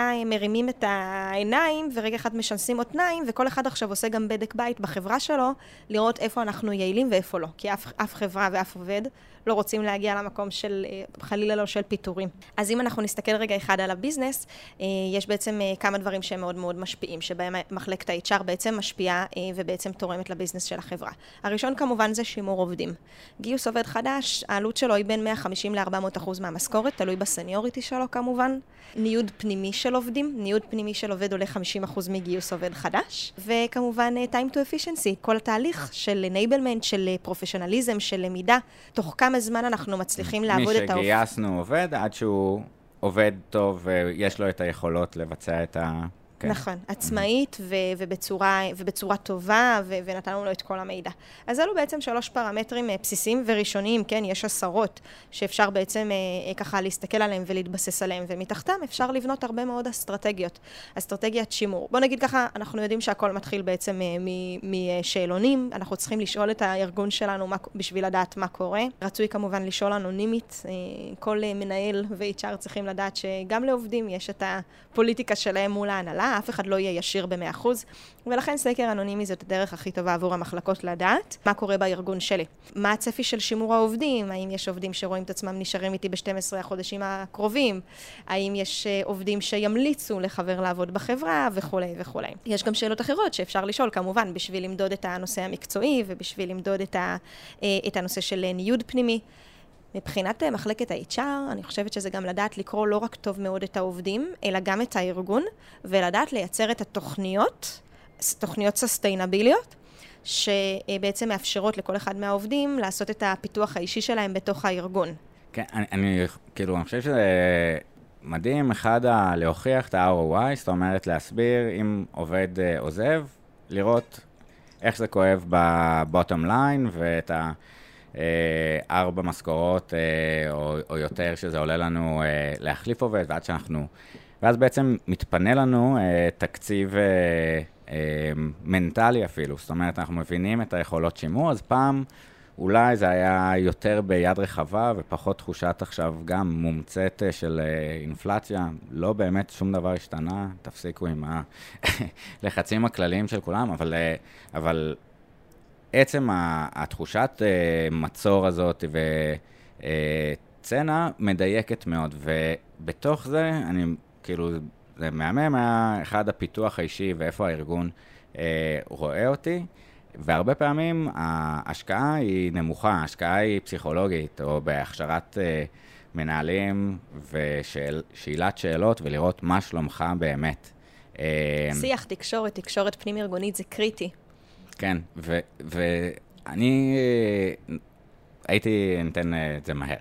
שנייה מרימים את העיניים, ורגע אחד משנסים אותניים, וכל אחד עכשיו עושה גם בדק בית בחברה שלו, לראות איפה אנחנו יעילים ואיפה לא. כי אף, אף חברה ואף עובד לא רוצים להגיע למקום של, חלילה לא של פיתורים. אז אם אנחנו נסתכל רגע אחד על הביזנס, יש בעצם כמה דברים שהם מאוד מאוד משפיעים, שבהם מחלקת ה-אייץ' אר בעצם משפיעה ובעצם תורמת לביזנס של החברה. הראשון כמובן זה שימור עובדים. גיוס עובד חדש, העלות שלו היא בין מאה וחמישים עד ארבע מאות אחוז מהמשכורת, תלוי בסניוריטי שלו כמובן. ניוד פנימי של עובדים, ניוד פנימי של עובד עולה חמישים אחוז מגיוס עובד חדש, וכמובן time to efficiency, כל התהליך של enablement, של פרופשיונליזם, של למידה, תוך כמה זמן אנחנו מצליחים לעבוד את העובד. מי שגייסנו עובד עד שהוא עובד טוב ויש לו את היכולות לבצע את ה... כן. נכון, עצמאית ו- ובצורה, ובצורה טובה, ו- ונתנו לו את כל המידע. אז אלו בעצם שלוש פרמטרים בסיסיים וראשוניים, כן, יש עשרות שאפשר בעצם אה, ככה להסתכל עליהם ולהתבסס עליהם, ומתחתם אפשר לבנות הרבה מאוד אסטרטגיות, אסטרטגיית שימור. בוא נגיד ככה, אנחנו יודעים שהכל מתחיל בעצם אה, משאלונים, אנחנו צריכים לשאול את הארגון שלנו מה, בשביל לדעת מה קורה. רצוי כמובן לשאול אנונימית, אה, כל אה, מנהל ו-אייץ' אר צריכים לדעת שגם לעובדים יש את הפוליטיקה שלהם מול ההנהלה, אף אחד לא יהיה ישיר ב-מאה אחוז, ולכן סקר אנונימי זאת הדרך הכי טובה עבור המחלקות לדעת מה קורה בארגון שלי. מה הצפי של שימור העובדים? האם יש עובדים שרואים את עצמם נשארים איתי ב-שנים עשר החודשים הקרובים? האם יש עובדים שימליצו לחבר לעבוד בחברה וכו' וכו'. יש גם שאלות אחרות שאפשר לשאול כמובן בשביל למדוד את הנושא המקצועי ובשביל למדוד את, ה, את הנושא של ניוד פנימי. מבחינת מחלקת ה-אייץ' אר, אני חושבת שזה גם לדעת לקרוא לא רק טוב מאוד את העובדים, אלא גם את הארגון, ולדעת לייצר את התוכניות, תוכניות סוסטיינביליות, שבעצם מאפשרות לכל אחד מהעובדים לעשות את הפיתוח האישי שלהם בתוך הארגון. כן, אני, אני כאילו, אני חושב שזה מדהים, אחד ה- להוכיח את ה-אר או איי, זאת אומרת להסביר אם עובד עוזב, לראות איך זה כואב בבוטום ליין, ואת ה... ארבע משכורות או, או יותר שזה עולה לנו להחליף עובד, ועד שאנחנו, ואז בעצם מתפנה לנו תקציב מנטלי אפילו, זאת אומרת אנחנו מבינים את היכולות שימור, אז פעם אולי זה היה יותר ביד רחבה ופחות תחושת עכשיו גם מומצאת של אינפלציה, לא באמת שום דבר השתנה, תפסיקו עם הלחצים הכלליים של כולם, אבל, אבל עצם התחושת מצור הזאת וצנה מדייקת מאוד, ובתוך זה, אני כאילו, זה מהמם, היה אחד הפיתוח האישי ואיפה הארגון רואה אותי, והרבה פעמים ההשקעה היא נמוכה, ההשקעה היא פסיכולוגית, או בהכשרת מנהלים ושאלת שאלות, ולראות מה שלומך באמת. שיח, תקשורת, תקשורת פנים ארגונית זה קריטי. כן, ואני הייתי, ניתן את זה מהר.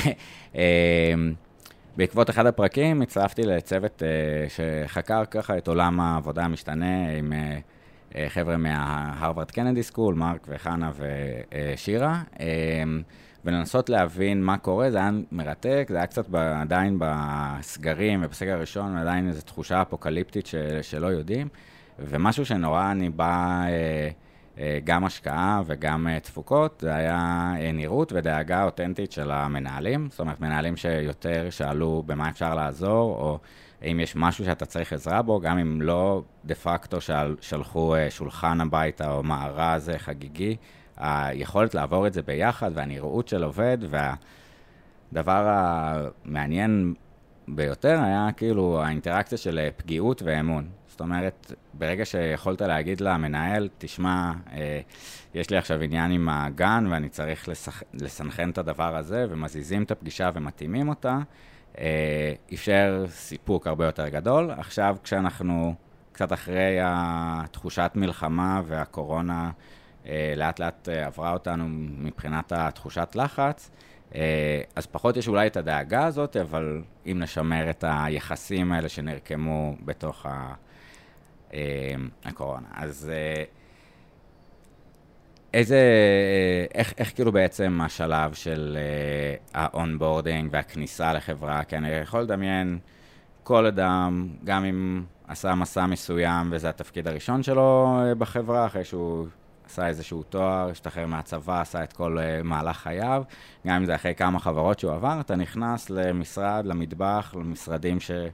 בעקבות אחד הפרקים הצטרפתי לצוות שחקר ככה את עולם העבודה המשתנה עם חבר'ה מההרווארד קנדי סקול, מרק וחנה ושירה, ולנסות להבין מה קורה, זה היה מרתק, זה היה קצת עדיין בסגרים ובסגר הראשון, עדיין איזו תחושה אפוקליפטית שלא יודעים, ומשהו שנורא אני בא גם השקעה וגם תפוקות, זה היה נראות ודאגה אותנטית של המנהלים, זאת אומרת מנהלים שיותר שאלו במה אפשר לעזור, או אם יש משהו שאתה צריך עזרה בו, גם אם לא דה פקטו של, שלחו שולחן הביתה או מארז חגיגי, היכולת לעבור את זה ביחד והנראות של עובד, והדבר המעניין ביותר היה כאילו האינטראקציה של פגיעות ואמון. זאת אומרת, ברגע שיכולת להגיד למנהל, תשמע, אה, יש לי עכשיו עניין עם הגן ואני צריך לסח... לסנחן את הדבר הזה, ומזיזים את הפגישה ומתאימים אותה, אה, אפשר סיפוק הרבה יותר גדול. עכשיו כשאנחנו קצת אחרי התחושת מלחמה והקורונה אה, לאט לאט עברה אותנו מבחינת התחושת לחץ, אה, אז פחות יש אולי את הדאגה הזאת, אבל אם נשמר את היחסים האלה שנרקמו בתוך ה... הקורונה. אז איזה, איך, איך כאילו בעצם השלב של האונבורדינג והכניסה לחברה, כי אני יכול לדמיין כל אדם, גם אם עשה מסע מסוים וזה התפקיד הראשון שלו בחברה, אחרי שהוא עשה איזשהו תואר, השתחרר מהצבא, עשה את כל מהלך חייו, גם אם זה אחרי כמה חברות שהוא עבר, אתה נכנס למשרד, למטבח, למשרדים ש...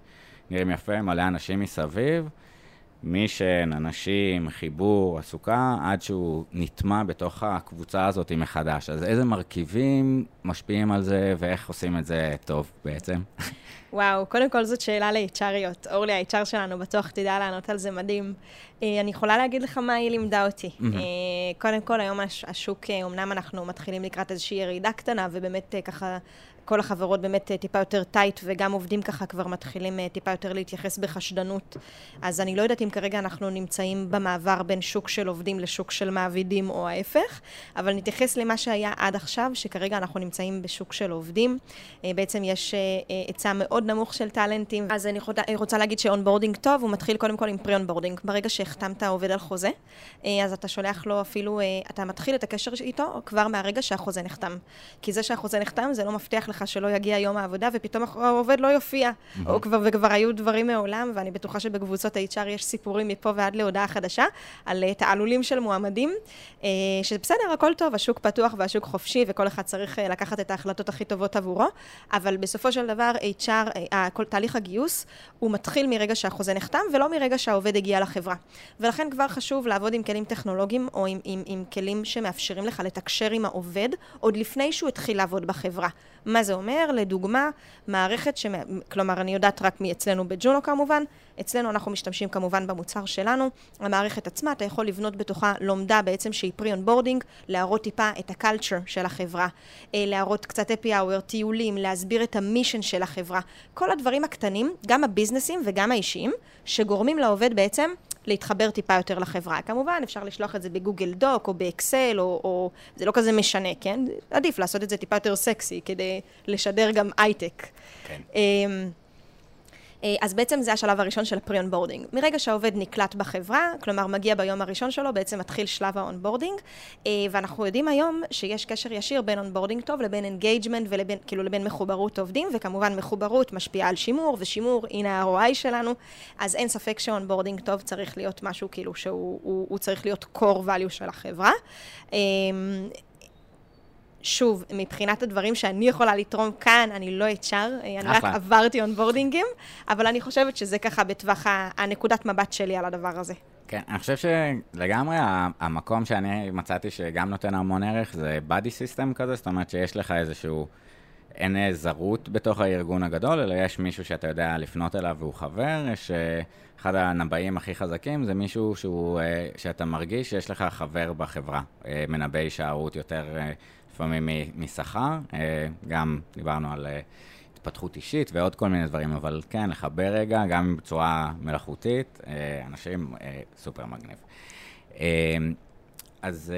נראים יפה, מלא אנשים מסביב, מישן, אנשים, חיבור, עסוקה, עד שהוא נטמע בתוך הקבוצה הזאת מחדש. אז איזה מרכיבים משפיעים על זה, ואיך עושים את זה טוב בעצם? וואו, קודם כל זאת שאלה ל-אייץ' אריות. אורלי, ה-אייץ' אר שלנו בטוח תדע לענות על זה מדהים. אני יכולה להגיד לך מה היא לימדה אותי. קודם כל, היום השוק, אמנם אנחנו מתחילים לקראת איזושהי ירידה קטנה, ובאמת ככה כל החברות באמת טיפה יותר טייט, וגם עובדים ככה כבר מתחילים טיפה יותר להתייחס בחשדנות. אז אני לא יודעת אם כרגע אנחנו נמצאים במעבר בין שוק של עובדים לשוק של מעבידים או ההפך, אבל נתייחס למה שהיה עד עכשיו, שכרגע אנחנו נמצאים בשוק של עובדים. בעצם יש היצע מאוד נמוך של טלנטים, אז אני רוצה להגיד שאונבורדינג טוב, הוא מתחיל קודם כל עם פרי-אונבורדינג. ברגע שהחתמת עובד על חוזה, אז אתה שולח לו אפילו, אתה מתחיל את הקשר איתו כבר מהרגע שהחוזה נחתם. כי זה שהחוזה נחתם, זה לא מבטיח לך שלא יגיע יום העבודה, ופתאום העובד לא יופיע. או כבר, וכבר היו דברים מעולם, ואני בטוחה שבקבוצות ה-אייץ' אר יש סיפורים מפה ועד להודעה חדשה, על תעלולים של מועמדים, שבסדר, הכל טוב, השוק פתוח והשוק חופשי, וכל אחד צריך לקחת את ההחלטות הכי טובות עבורו, אבל בסופו של דבר, אייץ' אר, כל תהליך הגיוס, הוא מתחיל מרגע שהחוזה נחתם, ולא מרגע שהעובד הגיע לחברה. ולכן כבר חשוב לעבוד עם כלים טכנולוגיים, או עם, עם, עם כלים שמאפשרים לך לתקשר עם העובד, עוד לפני שהוא התחיל לעבוד בחברה. מה זה אומר? לדוגמה, מערכת ש... כלומר, אני יודעת רק מאצלנו בג'ונו כמובן, אצלנו אנחנו משתמשים כמובן במוצר שלנו, המערכת עצמה, אתה יכול לבנות בתוכה לומדה בעצם שהיא פרי-אונבורדינג, להראות טיפה את הקלצ'ר של החברה, להראות קצת אפי אאוור, טיולים, להסביר את המישן של החברה, כל הדברים הקטנים, גם הביזנסים וגם האישיים, שגורמים לעובד בעצם להתחבר טיפה יותר לחברה. כמובן, אפשר לשלוח את זה בגוגל דוק או באקסל, או, או זה לא כזה משנה, כן? עדיף לעשות את זה טיפה יותר סקסי, כדי לשדר גם הייטק. כן. אז בעצם זה השלב הראשון של הפרי-אונבורדינג. מרגע שהעובד נקלט בחברה, כלומר מגיע ביום הראשון שלו, בעצם מתחיל שלב האונבורדינג, ואנחנו יודעים היום שיש קשר ישיר בין אונבורדינג טוב לבין אנגייג'מנט ולבין, כאילו לבין מחוברות עובדים, וכמובן מחוברות משפיעה על שימור, ושימור, הנה ה-אר או איי שלנו, אז אין ספק שאונבורדינג טוב צריך להיות משהו כאילו שהוא הוא, הוא צריך להיות core value של החברה. שוב, מבחינת הדברים שאני יכולה לתרום כאן, אני לא אייץ' אר, אני רק עברתי אונבורדינגים, אבל אני חושבת שזה ככה בטווח הנקודת מבט שלי על הדבר הזה. כן, אני חושב שלגמרי המקום שאני מצאתי שגם נותן המון ערך זה body system כזה, זאת אומרת שיש לך איזשהו, אין זרות בתוך הארגון הגדול, אלא יש מישהו שאתה יודע לפנות אליו והוא חבר, יש אחד הנבאים הכי חזקים, זה מישהו שהוא, שאתה מרגיש שיש לך חבר בחברה, מנבא הישארות יותר לפעמים משכר, גם דיברנו על התפתחות אישית ועוד כל מיני דברים, אבל כן, לחבר רגע, גם בצורה מלאכותית, אנשים סופר מגניב. אז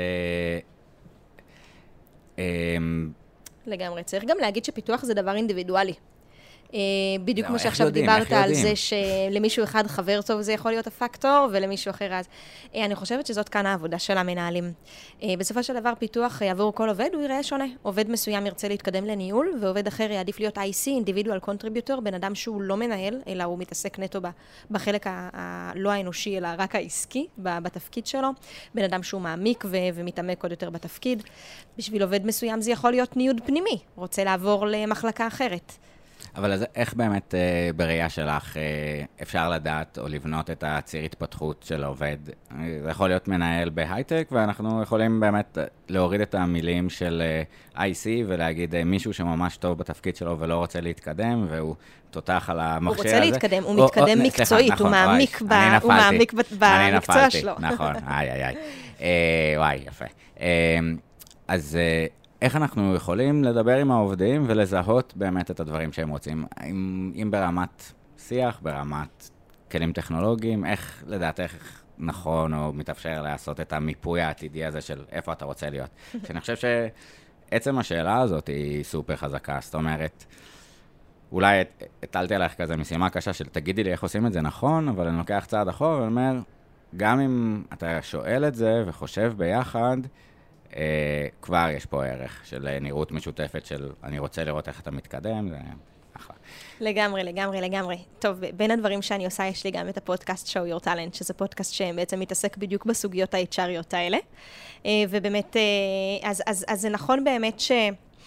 לגמרי, צריך גם להגיד שפיתוח זה דבר אינדיבידואלי. בדיוק כמו שעכשיו דיברת על זה שלמישהו אחד חבר טוב זה יכול להיות הפקטור, ולמישהו אחר אז. אני חושבת שזאת כאן העבודה של המנהלים. בסופו של דבר פיתוח עבור כל עובד הוא יראה שונה. עובד מסוים ירצה להתקדם לניהול, ועובד אחר יעדיף להיות איי סי, Individual Contributor, בן אדם שהוא לא מנהל, אלא הוא מתעסק נטו בחלק הלא האנושי, אלא רק העסקי, בתפקיד שלו. בן אדם שהוא מעמיק ומתעמק עוד יותר בתפקיד. בשביל עובד מסוים זה יכול להיות ניוד פנימי, רוצה לעבור למחלקה אחרת. אבל אז איך באמת אה, בראייה שלך אה, אפשר לדעת או לבנות את הציר התפתחות של העובד? זה יכול להיות מנהל בהייטק, ואנחנו יכולים באמת להוריד את המילים של אה, איי סי ולהגיד אה, מישהו שממש טוב בתפקיד שלו ולא רוצה להתקדם, והוא תותח על המכשיר הזה. הוא רוצה להתקדם, הוא מתקדם או, מקצועית, סליחה, נכון, הוא מעמיק, ב, הוא מעמיק במקצוע שלו. נכון, איי איי איי. אה, וואי, יפה. אה, אז... אה, איך אנחנו יכולים לדבר עם העובדים ולזהות באמת את הדברים שהם רוצים? אם, אם ברמת שיח, ברמת כלים טכנולוגיים, איך לדעתך נכון או מתאפשר לעשות את המיפוי העתידי הזה של איפה אתה רוצה להיות? שאני חושב שעצם השאלה הזאת היא סופר חזקה, זאת אומרת, אולי הטלתי עליך כזה משימה קשה של תגידי לי איך עושים את זה נכון, אבל אני לוקח צעד אחורה ואומר, גם אם אתה שואל את זה וחושב ביחד, Uh, כבר יש פה ערך של נראות משותפת של אני רוצה לראות איך אתה מתקדם, זה אחלה. לגמרי, לגמרי, לגמרי. טוב, בין הדברים שאני עושה, יש לי גם את הפודקאסט Show Your Talent, שזה פודקאסט שבעצם מתעסק בדיוק בסוגיות ה-אייץ' אריות האלה. Uh, ובאמת, uh, אז, אז, אז זה נכון באמת ש...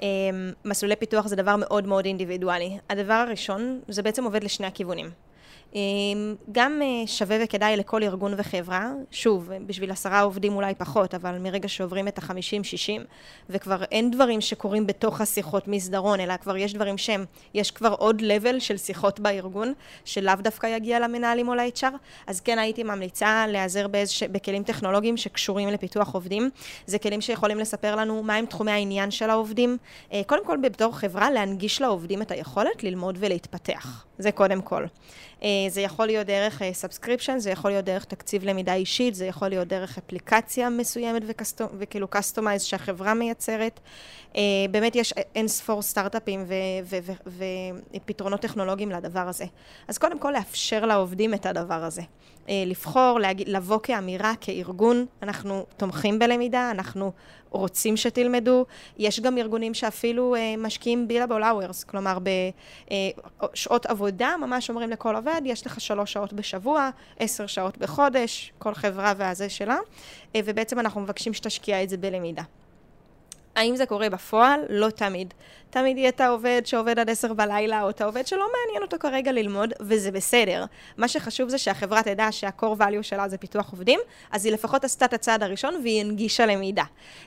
מסלולי פיתוח זה דבר מאוד מאוד אינדיבידואלי. הדבר הראשון, זה בעצם עובד לשני הכיוונים. גם שווה וכדאי לכל ארגון וחברה, שוב, בשביל עשרה עובדים אולי פחות, אבל מרגע שעוברים את ה-חמישים שישים, וכבר אין דברים שקורים בתוך השיחות מסדרון, אלא כבר יש דברים שהם, יש כבר עוד לבל של שיחות בארגון, שלאו דווקא יגיע למנהלים או ל-אייץ' אר, אז כן הייתי ממליצה להיעזר בכלים טכנולוגיים שקשורים לפיתוח עובדים. זה כלים שיכולים לספר לנו מהם תחומי העניין של העובדים. קודם כל, בתור חברה, להנגיש לעובדים את היכולת ללמוד ולהתפתח. זה קודם כל. זה יכול להיות דרך subscription, זה יכול להיות דרך תקציב למידה אישית, זה יכול להיות דרך אפליקציה מסוימת וכאילו customize שהחברה מייצרת. באמת יש אין ספור סטארט-אפים ופתרונות טכנולוגיים לדבר הזה. אז קודם כל לאפשר לעובדים את הדבר הזה. לבחור, לבוא כאמירה, כארגון, אנחנו תומכים בלמידה, אנחנו רוצים שתלמדו. יש גם ארגונים שאפילו משקיעים billable hours, כלומר בשעות עבודה, ממש אומרים לכל עובד, יש לך שלוש שעות בשבוע, עשר שעות בחודש, כל חברה והזה שלה, ובעצם אנחנו מבקשים שתשקיע את זה בלמידה. האם זה קורה בפועל? לא תמיד. תמיד יהיה את העובד שעובד עד עשר בלילה, או את העובד שלא מעניין אותו כרגע ללמוד, וזה בסדר. מה שחשוב זה שהחברה תדע שה-core value שלה זה פיתוח עובדים, אז היא לפחות עשתה את הצעד הראשון, והיא הנגישה למידה.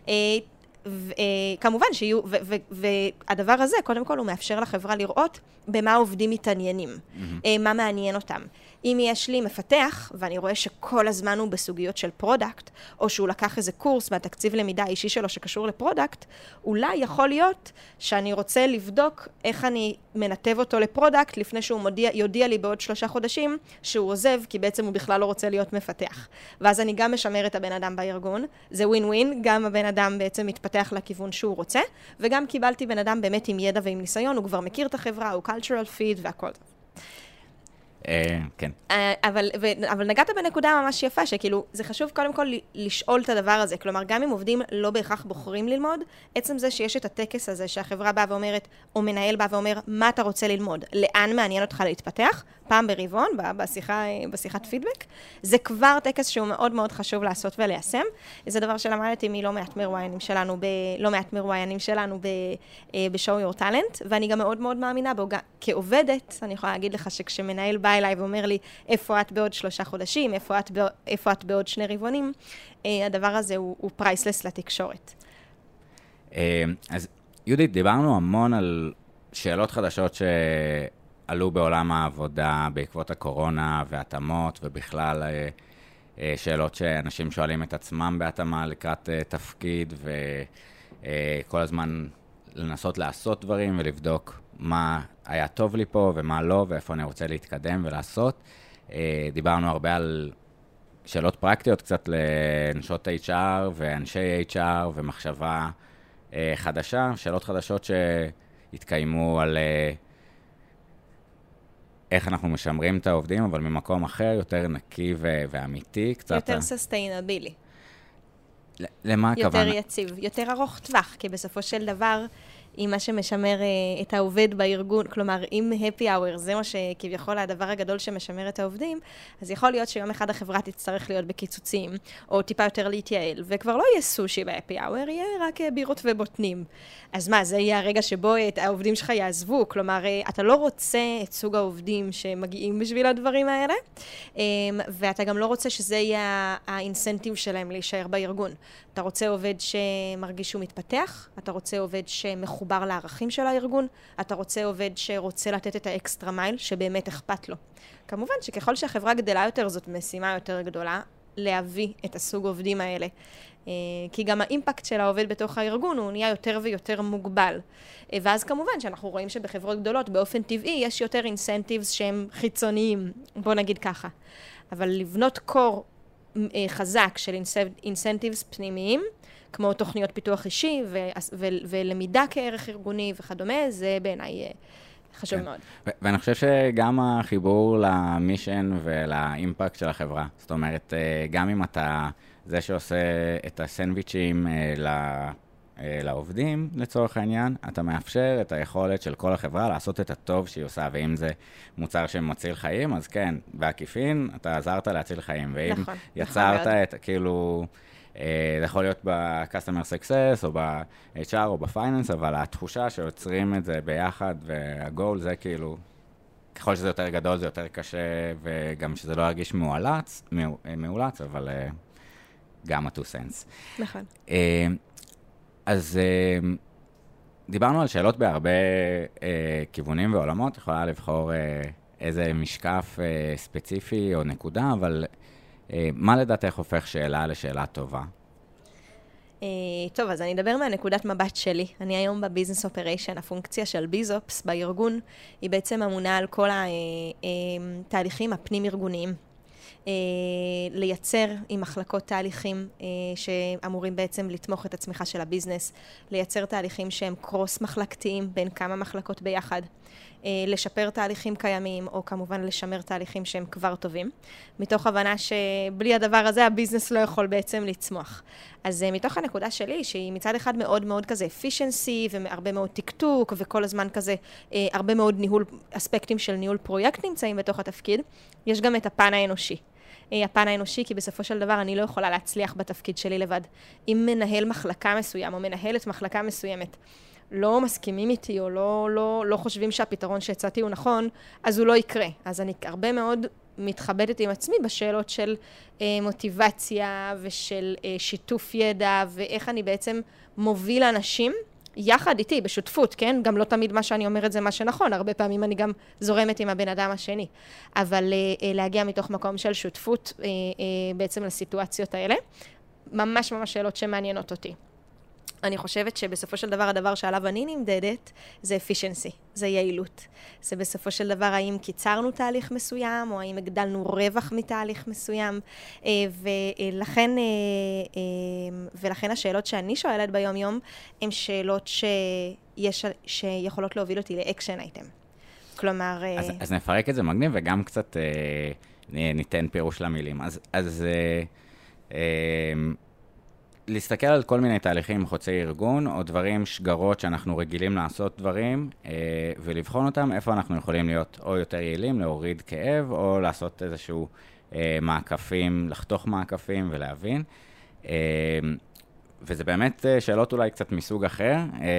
כמובן שיהיו, והדבר הזה, קודם כל, הוא מאפשר לחברה לראות במה העובדים מתעניינים, מה מעניין אותם. אם יש לי מפתח, ואני רואה שכל הזמן הוא בסוגיות של פרודקט, או שהוא לקח איזה קורס מהתקציב למידה האישי שלו שקשור לפרודקט, אולי יכול להיות שאני רוצה לבדוק איך אני מנתב אותו לפרודקט, לפני שהוא מודיע, יודיע לי בעוד שלושה חודשים שהוא עוזב, כי בעצם הוא בכלל לא רוצה להיות מפתח. ואז אני גם משמר את הבן אדם בארגון, זה ווין ווין, גם הבן אדם בעצם מתפתח לכיוון שהוא רוצה, וגם קיבלתי בן אדם באמת עם ידע ועם ניסיון, הוא כבר מכיר את החברה, הוא cultural fit והכל. כן. אבל, אבל נגעת בנקודה ממש יפה, שכאילו, זה חשוב קודם כל לשאול את הדבר הזה. כלומר, גם אם עובדים לא בהכרח בוחרים ללמוד, עצם זה שיש את הטקס הזה, שהחברה באה ואומרת, או מנהל בא ואומר, מה אתה רוצה ללמוד? לאן מעניין אותך להתפתח? פעם ברבעון, בשיחה, בשיחת פידבק. זה כבר טקס שהוא מאוד מאוד חשוב לעשות וליישם. זה דבר שלמדתי מלא מעט מרואיינים שלנו, ב, לא מעט מרואיינים שלנו ב, ב-Show Your Talent, ואני גם מאוד מאוד מאמינה בו. כעובדת, אני יכולה להגיד לך שכשמנהל בא אליי ואומר לי, איפה את בעוד שלושה חודשים, איפה את, איפה את בעוד שני רבעונים, הדבר הזה הוא, הוא פרייסלס לתקשורת. אז יהודית, דיברנו המון על שאלות חדשות שעלו בעולם העבודה בעקבות הקורונה והתאמות, ובכלל שאלות שאנשים שואלים את עצמם בהתאמה לקראת תפקיד, וכל הזמן לנסות לעשות דברים ולבדוק מה היה טוב לי פה ומה לא, ואיפה אני רוצה להתקדם ולעשות. דיברנו הרבה על שאלות פרקטיות, קצת לנשות אייץ' אר ואנשי אייץ' אר ומחשבה חדשה, שאלות חדשות שהתקיימו על איך אנחנו משמרים את העובדים, אבל ממקום אחר, יותר נקי ואמיתי. קצת יותר ססטיינבילי. למה הכוונה? יותר יציב, יותר ארוך טווח, כי בסופו של דבר, עם מה שמשמר את העובד בארגון, כלומר, אם happy hour, זה מה שכביכול הדבר הגדול שמשמר את העובדים, אז יכול להיות שיום אחד החברה תצטרך להיות בקיצוצים, או טיפה יותר להתייעל, וכבר לא יהיה סושי ב-happy hour, יהיה רק בירות ובוטנים. אז מה, זה יהיה הרגע שבו את העובדים שלך יעזבו, כלומר, אתה לא רוצה את סוג העובדים שמגיעים בשביל הדברים האלה, ואתה גם לא רוצה שזה יהיה האינסנטיב שלהם להישאר בארגון. אתה רוצה עובד שמרגיש שהוא מתפתח, אתה רוצה עובד שמחובר לערכים של הארגון, אתה רוצה עובד שרוצה לתת את האקסטרה מייל שבאמת אכפת לו. כמובן שככל שהחברה גדלה יותר, זאת משימה יותר גדולה, להביא את הסוג עובדים האלה. כי גם האימפקט של העובד בתוך הארגון הוא נהיה יותר ויותר מוגבל. ואז כמובן שאנחנו רואים שבחברות גדולות באופן טבעי יש יותר אינסנטיבס שהם חיצוניים, בוא נגיד ככה. אבל לבנות קור חזק של אינסנטיבס פנימיים, כמו תוכניות פיתוח אישי ו- ו- ולמידה כערך ארגוני וכדומה, זה בעיניי חשוב כן. מאוד. ו- ואני חושב שגם החיבור למישן ולאימפקט של החברה, זאת אומרת, גם אם אתה זה שעושה את הסנדוויצ'ים ל- לעובדים, לצורך העניין, אתה מאפשר את היכולת של כל החברה לעשות את הטוב שהיא עושה, ואם זה מוצר שמציל חיים, אז כן, בעקיפין, אתה עזרת להציל חיים, ואם נכון, יצרת נכון את, כאילו, זה יכול להיות ב-Customer Success, או ב-אייץ' אר, או ב-Finance, אבל התחושה שיוצרים את זה ביחד, והגול זה כאילו, ככל שזה יותר גדול, זה יותר קשה, וגם שזה לא ירגיש מאולץ, מאולץ, אבל גם ה-two cents. נכון. אז דיברנו על שאלות בהרבה כיוונים ועולמות, יכולה לבחור איזה משקף ספציפי או נקודה, אבל מה לדעתך הופך שאלה לשאלה טובה? טוב, אז אני אדבר מהנקודת מבט שלי. אני היום בביזנס אופריישן, הפונקציה של ביזופס בארגון, היא בעצם אמונה על כל התהליכים הפנים-ארגוניים. לייצר עם מחלקות תהליכים שאמורים בעצם לתמוך את הצמיחה של הביזנס, לייצר תהליכים שהם קרוס-מחלקתיים בין כמה מחלקות ביחד, לשפר תהליכים קיימים, או כמובן לשמר תהליכים שהם כבר טובים, מתוך הבנה שבלי הדבר הזה הביזנס לא יכול בעצם לצמוח. אז מתוך הנקודה שלי, שהיא מצד אחד מאוד מאוד כזה efficiency, והרבה מאוד תקתוק, וכל הזמן כזה, הרבה מאוד ניהול, אספקטים של ניהול פרויקט נמצאים בתוך התפקיד, יש גם את הפן האנושי. הפן האנושי, כי בסופו של דבר אני לא יכולה להצליח בתפקיד שלי לבד. אם מנהל מחלקה מסוים, או מנהלת מחלקה מסוימת, לא מסכימים איתי, או לא, לא, לא חושבים שהפתרון שהצעתי הוא נכון, אז הוא לא יקרה. אז אני הרבה מאוד מתחבדת עם עצמי בשאלות של אה, מוטיבציה, ושל אה, שיתוף ידע, ואיך אני בעצם מוביל אנשים, יחד איתי, בשותפות, כן? גם לא תמיד מה שאני אומרת זה מה שנכון, הרבה פעמים אני גם זורמת עם הבן אדם השני. אבל אה, להגיע מתוך מקום של שותפות אה, אה, בעצם לסיטואציות האלה, ממש ממש שאלות שמעניינות אותי. אני חושבת שבסופו של דבר הדבר שעליו אני נמדדת זה efficiency, זה יעילות. זה בסופו של דבר האם קיצרנו תהליך מסוים, או האם הגדלנו רווח מתהליך מסוים, ולכן, ולכן השאלות שאני שואלת ביום יום, הן שאלות שיש, שיכולות להוביל אותי לאקשן אייטם. כלומר... אז, אז נפרק את זה מגניב, וגם קצת ניתן פירוש למילים. אז... אז להסתכל על כל מיני תהליכים חוצי ארגון, או דברים, שגרות שאנחנו רגילים לעשות דברים, ולבחון אותם, איפה אנחנו יכולים להיות או יותר יעילים, להוריד כאב, או לעשות איזשהו מעקפים, לחתוך מעקפים ולהבין. וזה באמת שאלות אולי קצת מסוג אחר.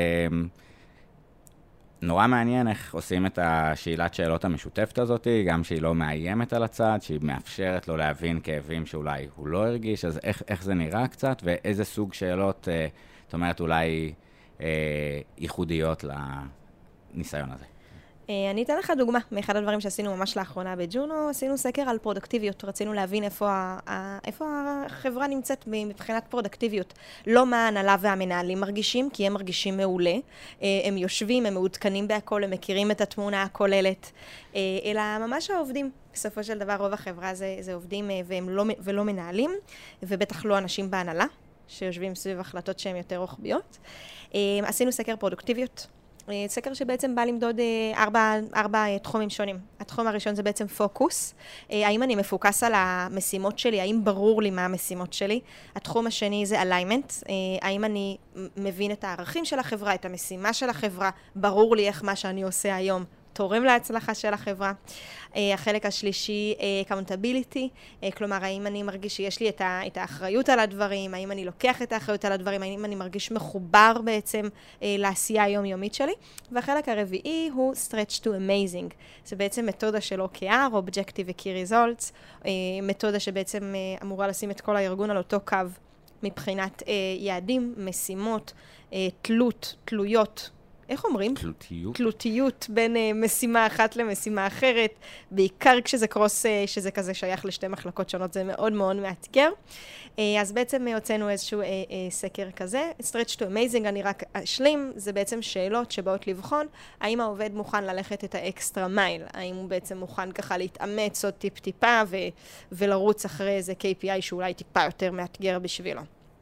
נורא מעניין איך עושים את השאלת שאלות המשותפת הזאת, גם שהיא לא מאיימת על הצד, שהיא מאפשרת לו להבין כאבים שאולי הוא לא הרגיש, אז איך, איך זה נראה קצת, ואיזה סוג שאלות, אה, זאת אומרת, אולי אה, ייחודיות לניסיון הזה. אני אתן לך דוגמה, מאחד הדברים שעשינו ממש לאחרונה בג'ונו, עשינו סקר על פרודקטיביות, רצינו להבין איפה, ה, איפה החברה נמצאת מבחינת פרודקטיביות. לא מה ההנהלה והמנהלים מרגישים, כי הם מרגישים מעולה, הם יושבים, הם מעודכנים בהכל, הם מכירים את התמונה הכוללת, אלא ממש העובדים. בסופו של דבר רוב החברה זה, זה עובדים והם לא, ולא מנהלים, ובטח לא אנשים בהנהלה, שיושבים סביב החלטות שהן יותר רוחביות. עשינו סקר פרודקטיביות. סקר שבעצם בא למדוד ארבע, ארבע תחומים שונים. התחום הראשון זה בעצם פוקוס. האם אני מפוקס על המשימות שלי? האם ברור לי מה המשימות שלי? התחום השני זה alignment. האם אני מבין את הערכים של החברה, את המשימה של החברה? ברור לי איך מה שאני עושה היום תורם להצלחה של החברה. החלק השלישי, accountability, כלומר, האם אני מרגיש שיש לי את האחריות על הדברים, האם אני לוקח את האחריות על הדברים, האם אני מרגיש מחובר בעצם לעשייה היומיומית שלי. והחלק הרביעי הוא stretch to amazing. זה בעצם מתודה של O K R, Objective ו-Key Results, מתודה שבעצם אמורה לשים את כל הארגון על אותו קו מבחינת יעדים, משימות, תלות, תלויות, איך אומרים? תלותיות. תלותיות בין uh, משימה אחת למשימה אחרת, בעיקר כשזה קרוס, uh, שזה כזה שייך לשתי מחלקות שונות, זה מאוד מאוד מאתגר. Uh, אז בעצם הוצאנו איזשהו uh, uh, סקר כזה. Stretch to amazing, אני רק אשלים, זה בעצם שאלות שבאות לבחון, האם העובד מוכן ללכת את האקסטרה מייל, האם הוא בעצם מוכן ככה להתאמץ עוד טיפ-טיפה, ו- ולרוץ אחרי איזה K P I שאולי טיפה יותר מאתגר בשבילו.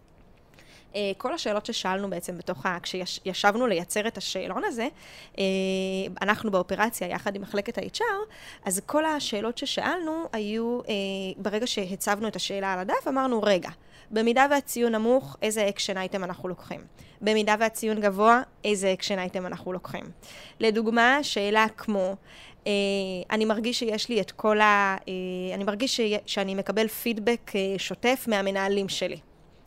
כל השאלות ששאלנו בעצם בתוך, כשישבנו לייצר את השאלון הזה, אנחנו באופרציה יחד עם מחלקת ה-H R, אז כל השאלות ששאלנו היו, ברגע שהצבנו את השאלה על הדף, אמרנו, רגע, במידה והציון נמוך, איזה אקשן אייטם אנחנו לוקחים? במידה והציון גבוה, איזה אקשן אייטם אנחנו לוקחים? לדוגמה, שאלה כמו, אני מרגיש שיש לי את כל ה... אני מרגיש שאני מקבל פידבק שוטף מהמנהלים שלי.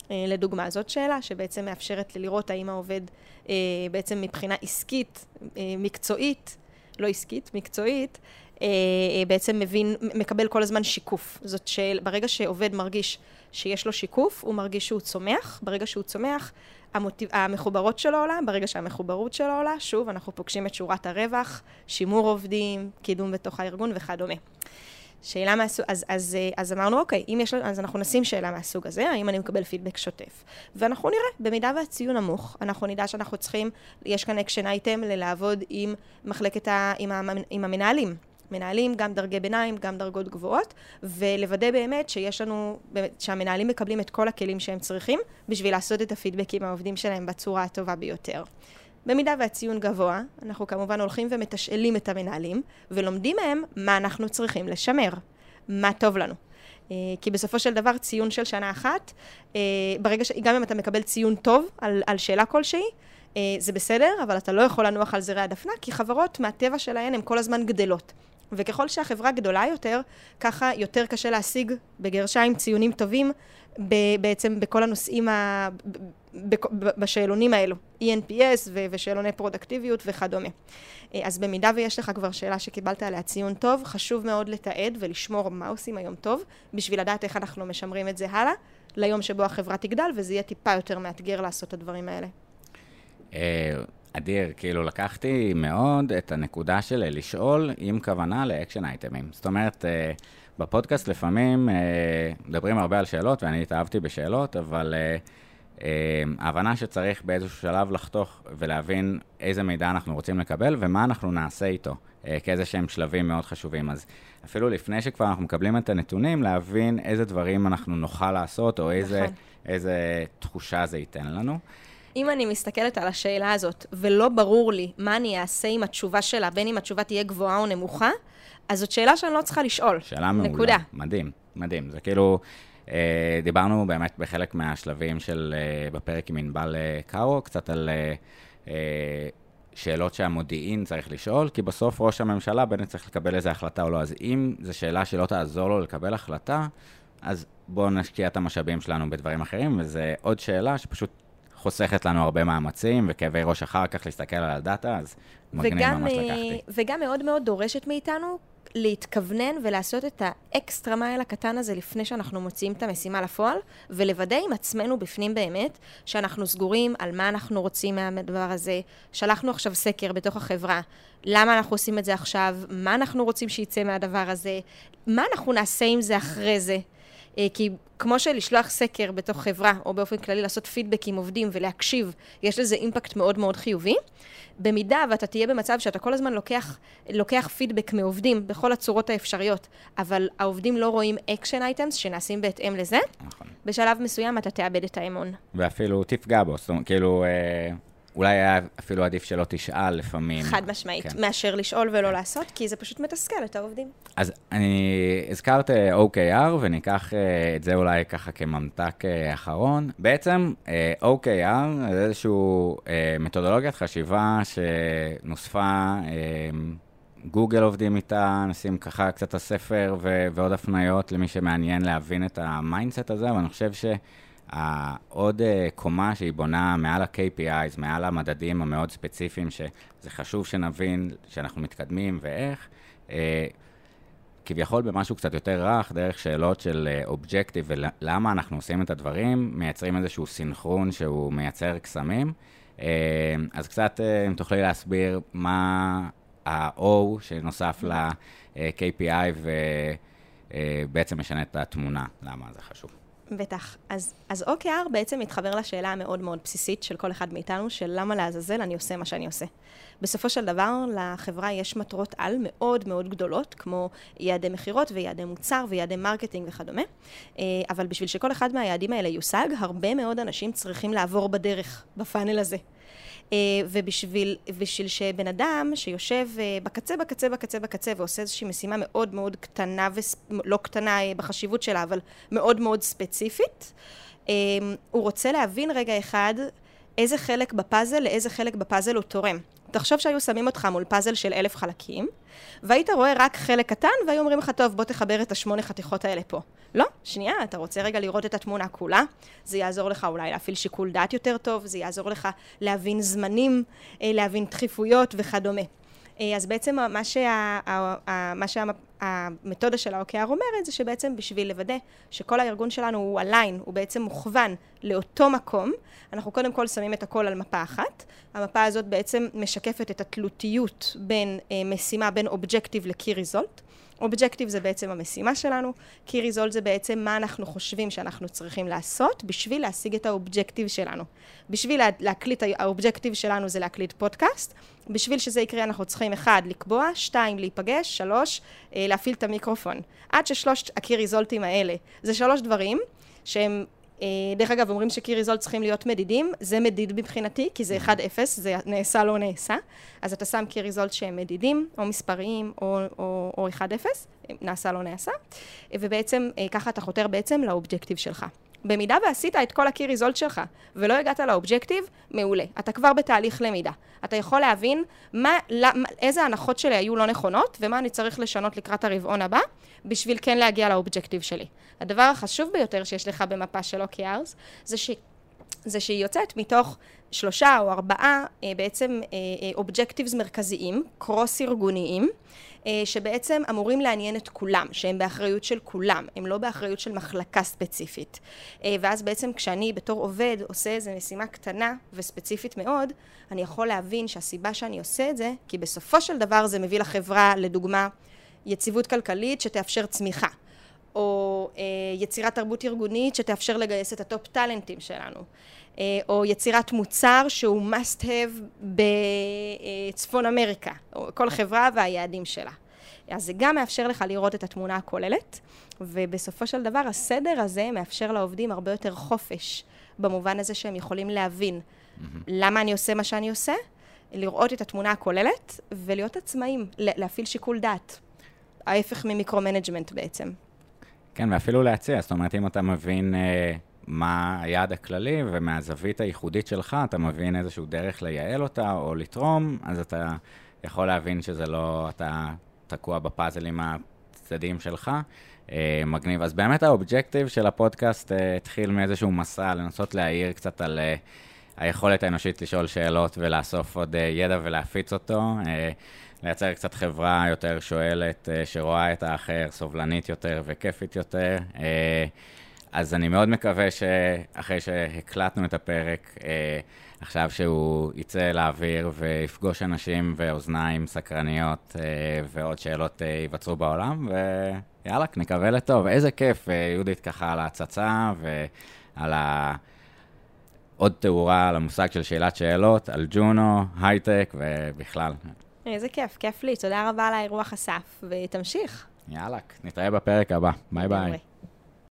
לדוגמה, זאת שאלה שבעצם מאפשרת לראות האם העובד בעצם מבחינה עסקית, מקצועית, לא עסקית, מקצועית, בעצם מבין, מקבל כל הזמן שיקוף. זאת שאלה, ברגע שעובד מרגיש שיש לו שיקוף, הוא מרגיש שהוא צומח. ברגע שהוא צומח, המוטיב, המחוברות שלו עולה. ברגע שהמחוברות שלו עולה, שוב, אנחנו פוגשים את שורת הרווח, שימור עובדים, קידום בתוך הארגון וכדומה. שאלה מהסוג, אז, אז, אז אמרנו, אוקיי, אם יש, אז אנחנו נשים שאלה מהסוג הזה, האם אני מקבל פידבק שוטף. ואנחנו נראה, במידה והציון נמוך, אנחנו נדע שאנחנו צריכים, יש כאן אקשן אייטם ללעבוד עם מחלקת ה, עם, ה, עם המנהלים. מנהלים, גם דרגי ביניים, גם דרגות גבוהות, ולוודא באמת שיש לנו, שהמנהלים מקבלים את כל הכלים שהם צריכים, בשביל לעשות את הפידבק עם העובדים שלהם בצורה הטובה ביותר. במידה והציון גבוה, אנחנו כמובן הולכים ומתשאלים את המנהלים, ולומדים מהם מה אנחנו צריכים לשמר, מה טוב לנו. כי בסופו של דבר ציון של שנה אחת, ברגע ש... גם אם אתה מקבל ציון טוב על, על שאלה כלשהי, זה בסדר, אבל אתה לא יכול לנוח על זרי הדפנה, כי חברות מהטבע שלהן הן כל הזמן גדלות. וככל שהחברה גדולה יותר, ככה יותר קשה להשיג בגרשיים ציונים טובים, בעצם בכל הנושאים ה... בשאלונים האלו, אי אן פי אס ושאלוני פרודקטיביות וכדומה. אז במידה ויש לך כבר שאלה שקיבלת עליה ציון טוב, חשוב מאוד לתעד ולשמור מה עושים היום טוב, בשביל לדעת איך אנחנו משמרים את זה הלאה, ליום שבו החברה תגדל, וזה יהיה טיפה יותר מאתגר לעשות את הדברים האלה. אדיר, כאילו לקחתי מאוד את הנקודה של לשאול עם כוונה לאקשן אייטמים. זאת אומרת, בפודקאסט לפעמים מדברים הרבה על שאלות, ואני התאהבתי בשאלות, אבל ההבנה שצריך באיזשהו שלב לחתוך ולהבין איזה מידע אנחנו רוצים לקבל ומה אנחנו נעשה איתו, כאיזה שהם שלבים מאוד חשובים. אז אפילו לפני שכבר אנחנו מקבלים את הנתונים, להבין איזה דברים אנחנו נוכל לעשות, או איזה, איזה תחושה זה ייתן לנו. אם אני מסתכלת על השאלה הזאת, ולא ברור לי מה אני אעשה עם התשובה שלה, בין אם התשובה תהיה גבוהה או נמוכה, אז זאת שאלה שאני לא צריכה לשאול. שאלה מעולה. נקודה. מדהים, מדהים. זה כאילו, אה, דיברנו באמת בחלק מהשלבים של, אה, בפרק עם ענבל קארו, קצת על אה, אה, שאלות שהמודיעין צריך לשאול, כי בסוף ראש הממשלה בין צריך לקבל איזה החלטה או לא. אז אם זו שאלה שלא תעזור לו לקבל החלטה, אז בואו נשקיע את המשאבים שלנו בדברים אחרים, וזה עוד שאלה שפשוט חוסכת לנו הרבה מאמצים, וכאבי ראש אחר כך להסתכל על הדאטה, אז מגניב ממש לקחתי. וגם מאוד מאוד דורשת מאיתנו להתכוונן ולעשות את האקסטרה מייל הקטן הזה לפני שאנחנו מוציאים את המשימה לפועל, ולוודא עם עצמנו בפנים באמת, שאנחנו סגורים על מה אנחנו רוצים מהדבר הזה. שלחנו עכשיו סקר בתוך החברה, למה אנחנו עושים את זה עכשיו, מה אנחנו רוצים שיצא מהדבר הזה, מה אנחנו נעשה עם זה אחרי זה. כי כמו שלשלוח סקר בתוך חברה, או באופן כללי לעשות פידבק עם עובדים ולהקשיב, יש לזה אימפקט מאוד מאוד חיובי. במידה ואתה תהיה במצב שאתה כל הזמן לוקח, לוקח פידבק מעובדים בכל הצורות האפשריות, אבל העובדים לא רואים אקשן אייטמס שנעשים בהתאם לזה, נכון. בשלב מסוים אתה תאבד את האמון. ואפילו תפגע בו, זאת אומרת, כאילו... אה... אולי היה אפילו עדיף שלא תשאל לפעמים. חד משמעית, כן. מאשר לשאול ולא כן. לעשות, כי זה פשוט מתסכל את העובדים. אז אני הזכרת או קיי אר, וניקח את זה אולי ככה כממתק אחרון. בעצם או קיי אר זה איזושהי מתודולוגיית חשיבה שנוספה, גוגל עובדים איתה, נשים ככה קצת הספר ו- ועוד הפניות למי שמעניין להבין את המיינדסט הזה, ואני חושב ש... העוד קומה שהיא בונה מעל ה-קיי פי איז, מעל המדדים המאוד ספציפיים, שזה חשוב שנבין שאנחנו מתקדמים ואיך, כביכול במשהו קצת יותר רך, דרך שאלות של אובג'קטיב, ולמה אנחנו עושים את הדברים, מייצרים איזשהו סינכרון שהוא מייצר קסמים. אז קצת, אם תוכלי להסביר מה ה-O שנוסף ל-קיי פי איי, ובעצם משנה את התמונה, למה זה חשוב. בטח. אז, אז או קיי אר בעצם מתחבר לשאלה המאוד מאוד בסיסית של כל אחד מאיתנו, של למה לעזאזל אני עושה מה שאני עושה. בסופו של דבר, לחברה יש מטרות על מאוד מאוד גדולות, כמו יעדי מחירות ויעדי מוצר ויעדי מרקטינג וכדומה. אבל בשביל שכל אחד מהיעדים האלה יושג, הרבה מאוד אנשים צריכים לעבור בדרך, בפאנל הזה. ובשביל, בשביל שבן אדם שיושב בקצה, בקצה, בקצה, בקצה, ועושה איזושהי משימה מאוד מאוד קטנה, ולא קטנה בחשיבות שלה, אבל מאוד מאוד ספציפית, הוא רוצה להבין רגע אחד איזה חלק בפאזל, לאיזה חלק בפאזל הוא תורם. תחשוב שהיו שמים אותך מול פאזל של אלף חלקים, והיית רואה רק חלק קטן, והיו אומרים לך, טוב, בוא תחבר את השמונה חתיכות האלה פה. לא, שנייה, אתה רוצה רגע לראות את התמונה כולה, זה יעזור לך אולי להפעיל שיקול דעת יותר טוב, זה יעזור לך להבין זמנים, להבין דחיפויות וכדומה. אז בעצם מה שה, מה שהמתודה של ה-או קיי אר אומרת, זה שבעצם בשביל לוודא שכל הארגון שלנו הוא אליין, הוא בעצם מוכוון לאותו מקום, אנחנו קודם כל שמים את הכל על מפה אחת. המפה הזאת בעצם משקפת את התלותיות בין משימה, בין אובג'קטיב לקי ריזולט. אובג'קטיב זה בעצם המשימה שלנו, קי ריזולט זה בעצם מה אנחנו חושבים שאנחנו צריכים לעשות בשביל להשיג את האובג'קטיב שלנו. בשביל להקליט, האובג'קטיב שלנו זה להקליט פודקאסט, בשביל שזה יקרה אנחנו צריכים אחד, לקבוע, שתיים, להיפגש, שלוש, להפעיל את המיקרופון. עד ששלושת הקי ריזולטים האלה, זה שלוש דברים שהם, דרך אגב, אומרים שקי ריזולט צריכים להיות מדידים, זה מדיד מבחינתי, כי זה אחד אפס, זה נעשה לא נעשה, אז אתה שם קי ריזולט שהם מדידים, או מספריים, או, או, או אחד אפס, נעשה לא נעשה, ובעצם ככה אתה חותר בעצם לאובג'קטיב שלך. במידה ועשית את כל הקי ריזולט שלך, ולא הגעת לאובג'קטיב, מעולה. אתה כבר בתהליך למידה. אתה יכול להבין מה, איזה הנחות שלי היו לא נכונות, ומה אני צריך לשנות לקראת הרבעון הבא, בשביל כן להגיע לאובג'קטיב שלי. הדבר החשוב ביותר שיש לך במפה של או קיי ארס, זה ש... זה שהיא יוצאת מתוך שלושה או ארבעה בעצם אובג'קטיבס מרכזיים, קרוס ארגוניים, שבעצם אמורים לעניין את כולם, שהם באחריות של כולם, הם לא באחריות של מחלקה ספציפית. ואז בעצם כשאני בתור עובד עושה איזו משימה קטנה וספציפית מאוד, אני יכול להבין שהסיבה שאני עושה את זה, כי בסופו של דבר זה מביא לחברה, לדוגמה, יציבות כלכלית שתאפשר צמיחה. או אה, יצירת תרבות ארגונית שתאפשר לגייס את הטופ טלנטים שלנו, אה, או יצירת מוצר שהוא must have בצפון אמריקה, או כל חברה והיעדים שלה. אז זה גם מאפשר לך לראות את התמונה הכוללת, ובסופו של דבר הסדר הזה מאפשר לעובדים הרבה יותר חופש, במובן הזה שהם יכולים להבין mm-hmm. למה אני עושה מה שאני עושה, לראות את התמונה הכוללת, ולהיות עצמאים, להפעיל שיקול דעת. ההפך ממיקרו-מנג'מנט בעצם. כן, ואפילו להציע, זאת אומרת, אם אתה מבין אה, מה היעד הכללי, ומהזווית הייחודית שלך, אתה מבין איזשהו דרך לייעל אותה, או לתרום, אז אתה יכול להבין שזה לא, אתה תקוע בפאזלים הצדדיים שלך. אה, מגניב. אז באמת האובג'קטיב של הפודקאסט אה, התחיל מאיזשהו מסע, לנסות להעיר קצת על אה, היכולת האנושית לשאול שאלות, ולאסוף עוד אה, ידע ולהפיץ אותו. אה, לייצר קצת חברה יותר שואלת, שרואה את האחר, סובלנית יותר וכיפית יותר. אז אני מאוד מקווה שאחרי שהקלטנו את הפרק, עכשיו שהוא יצא לאוויר ויפגוש אנשים ואוזניים סקרניות ועוד שאלות ייווצרו בעולם, ויאללה, נקווה לטוב. איזה כיף, יהודית, ככה על ההצצה ועל ה... עוד תאורה על המושג של שאלת שאלות, על ג'ונו, הייטק ובכלל. איזה כיף, כיף לי. תודה רבה על האירוח אסף, ותמשיך. יאללה, נתראה בפרק הבא. ביי ביי.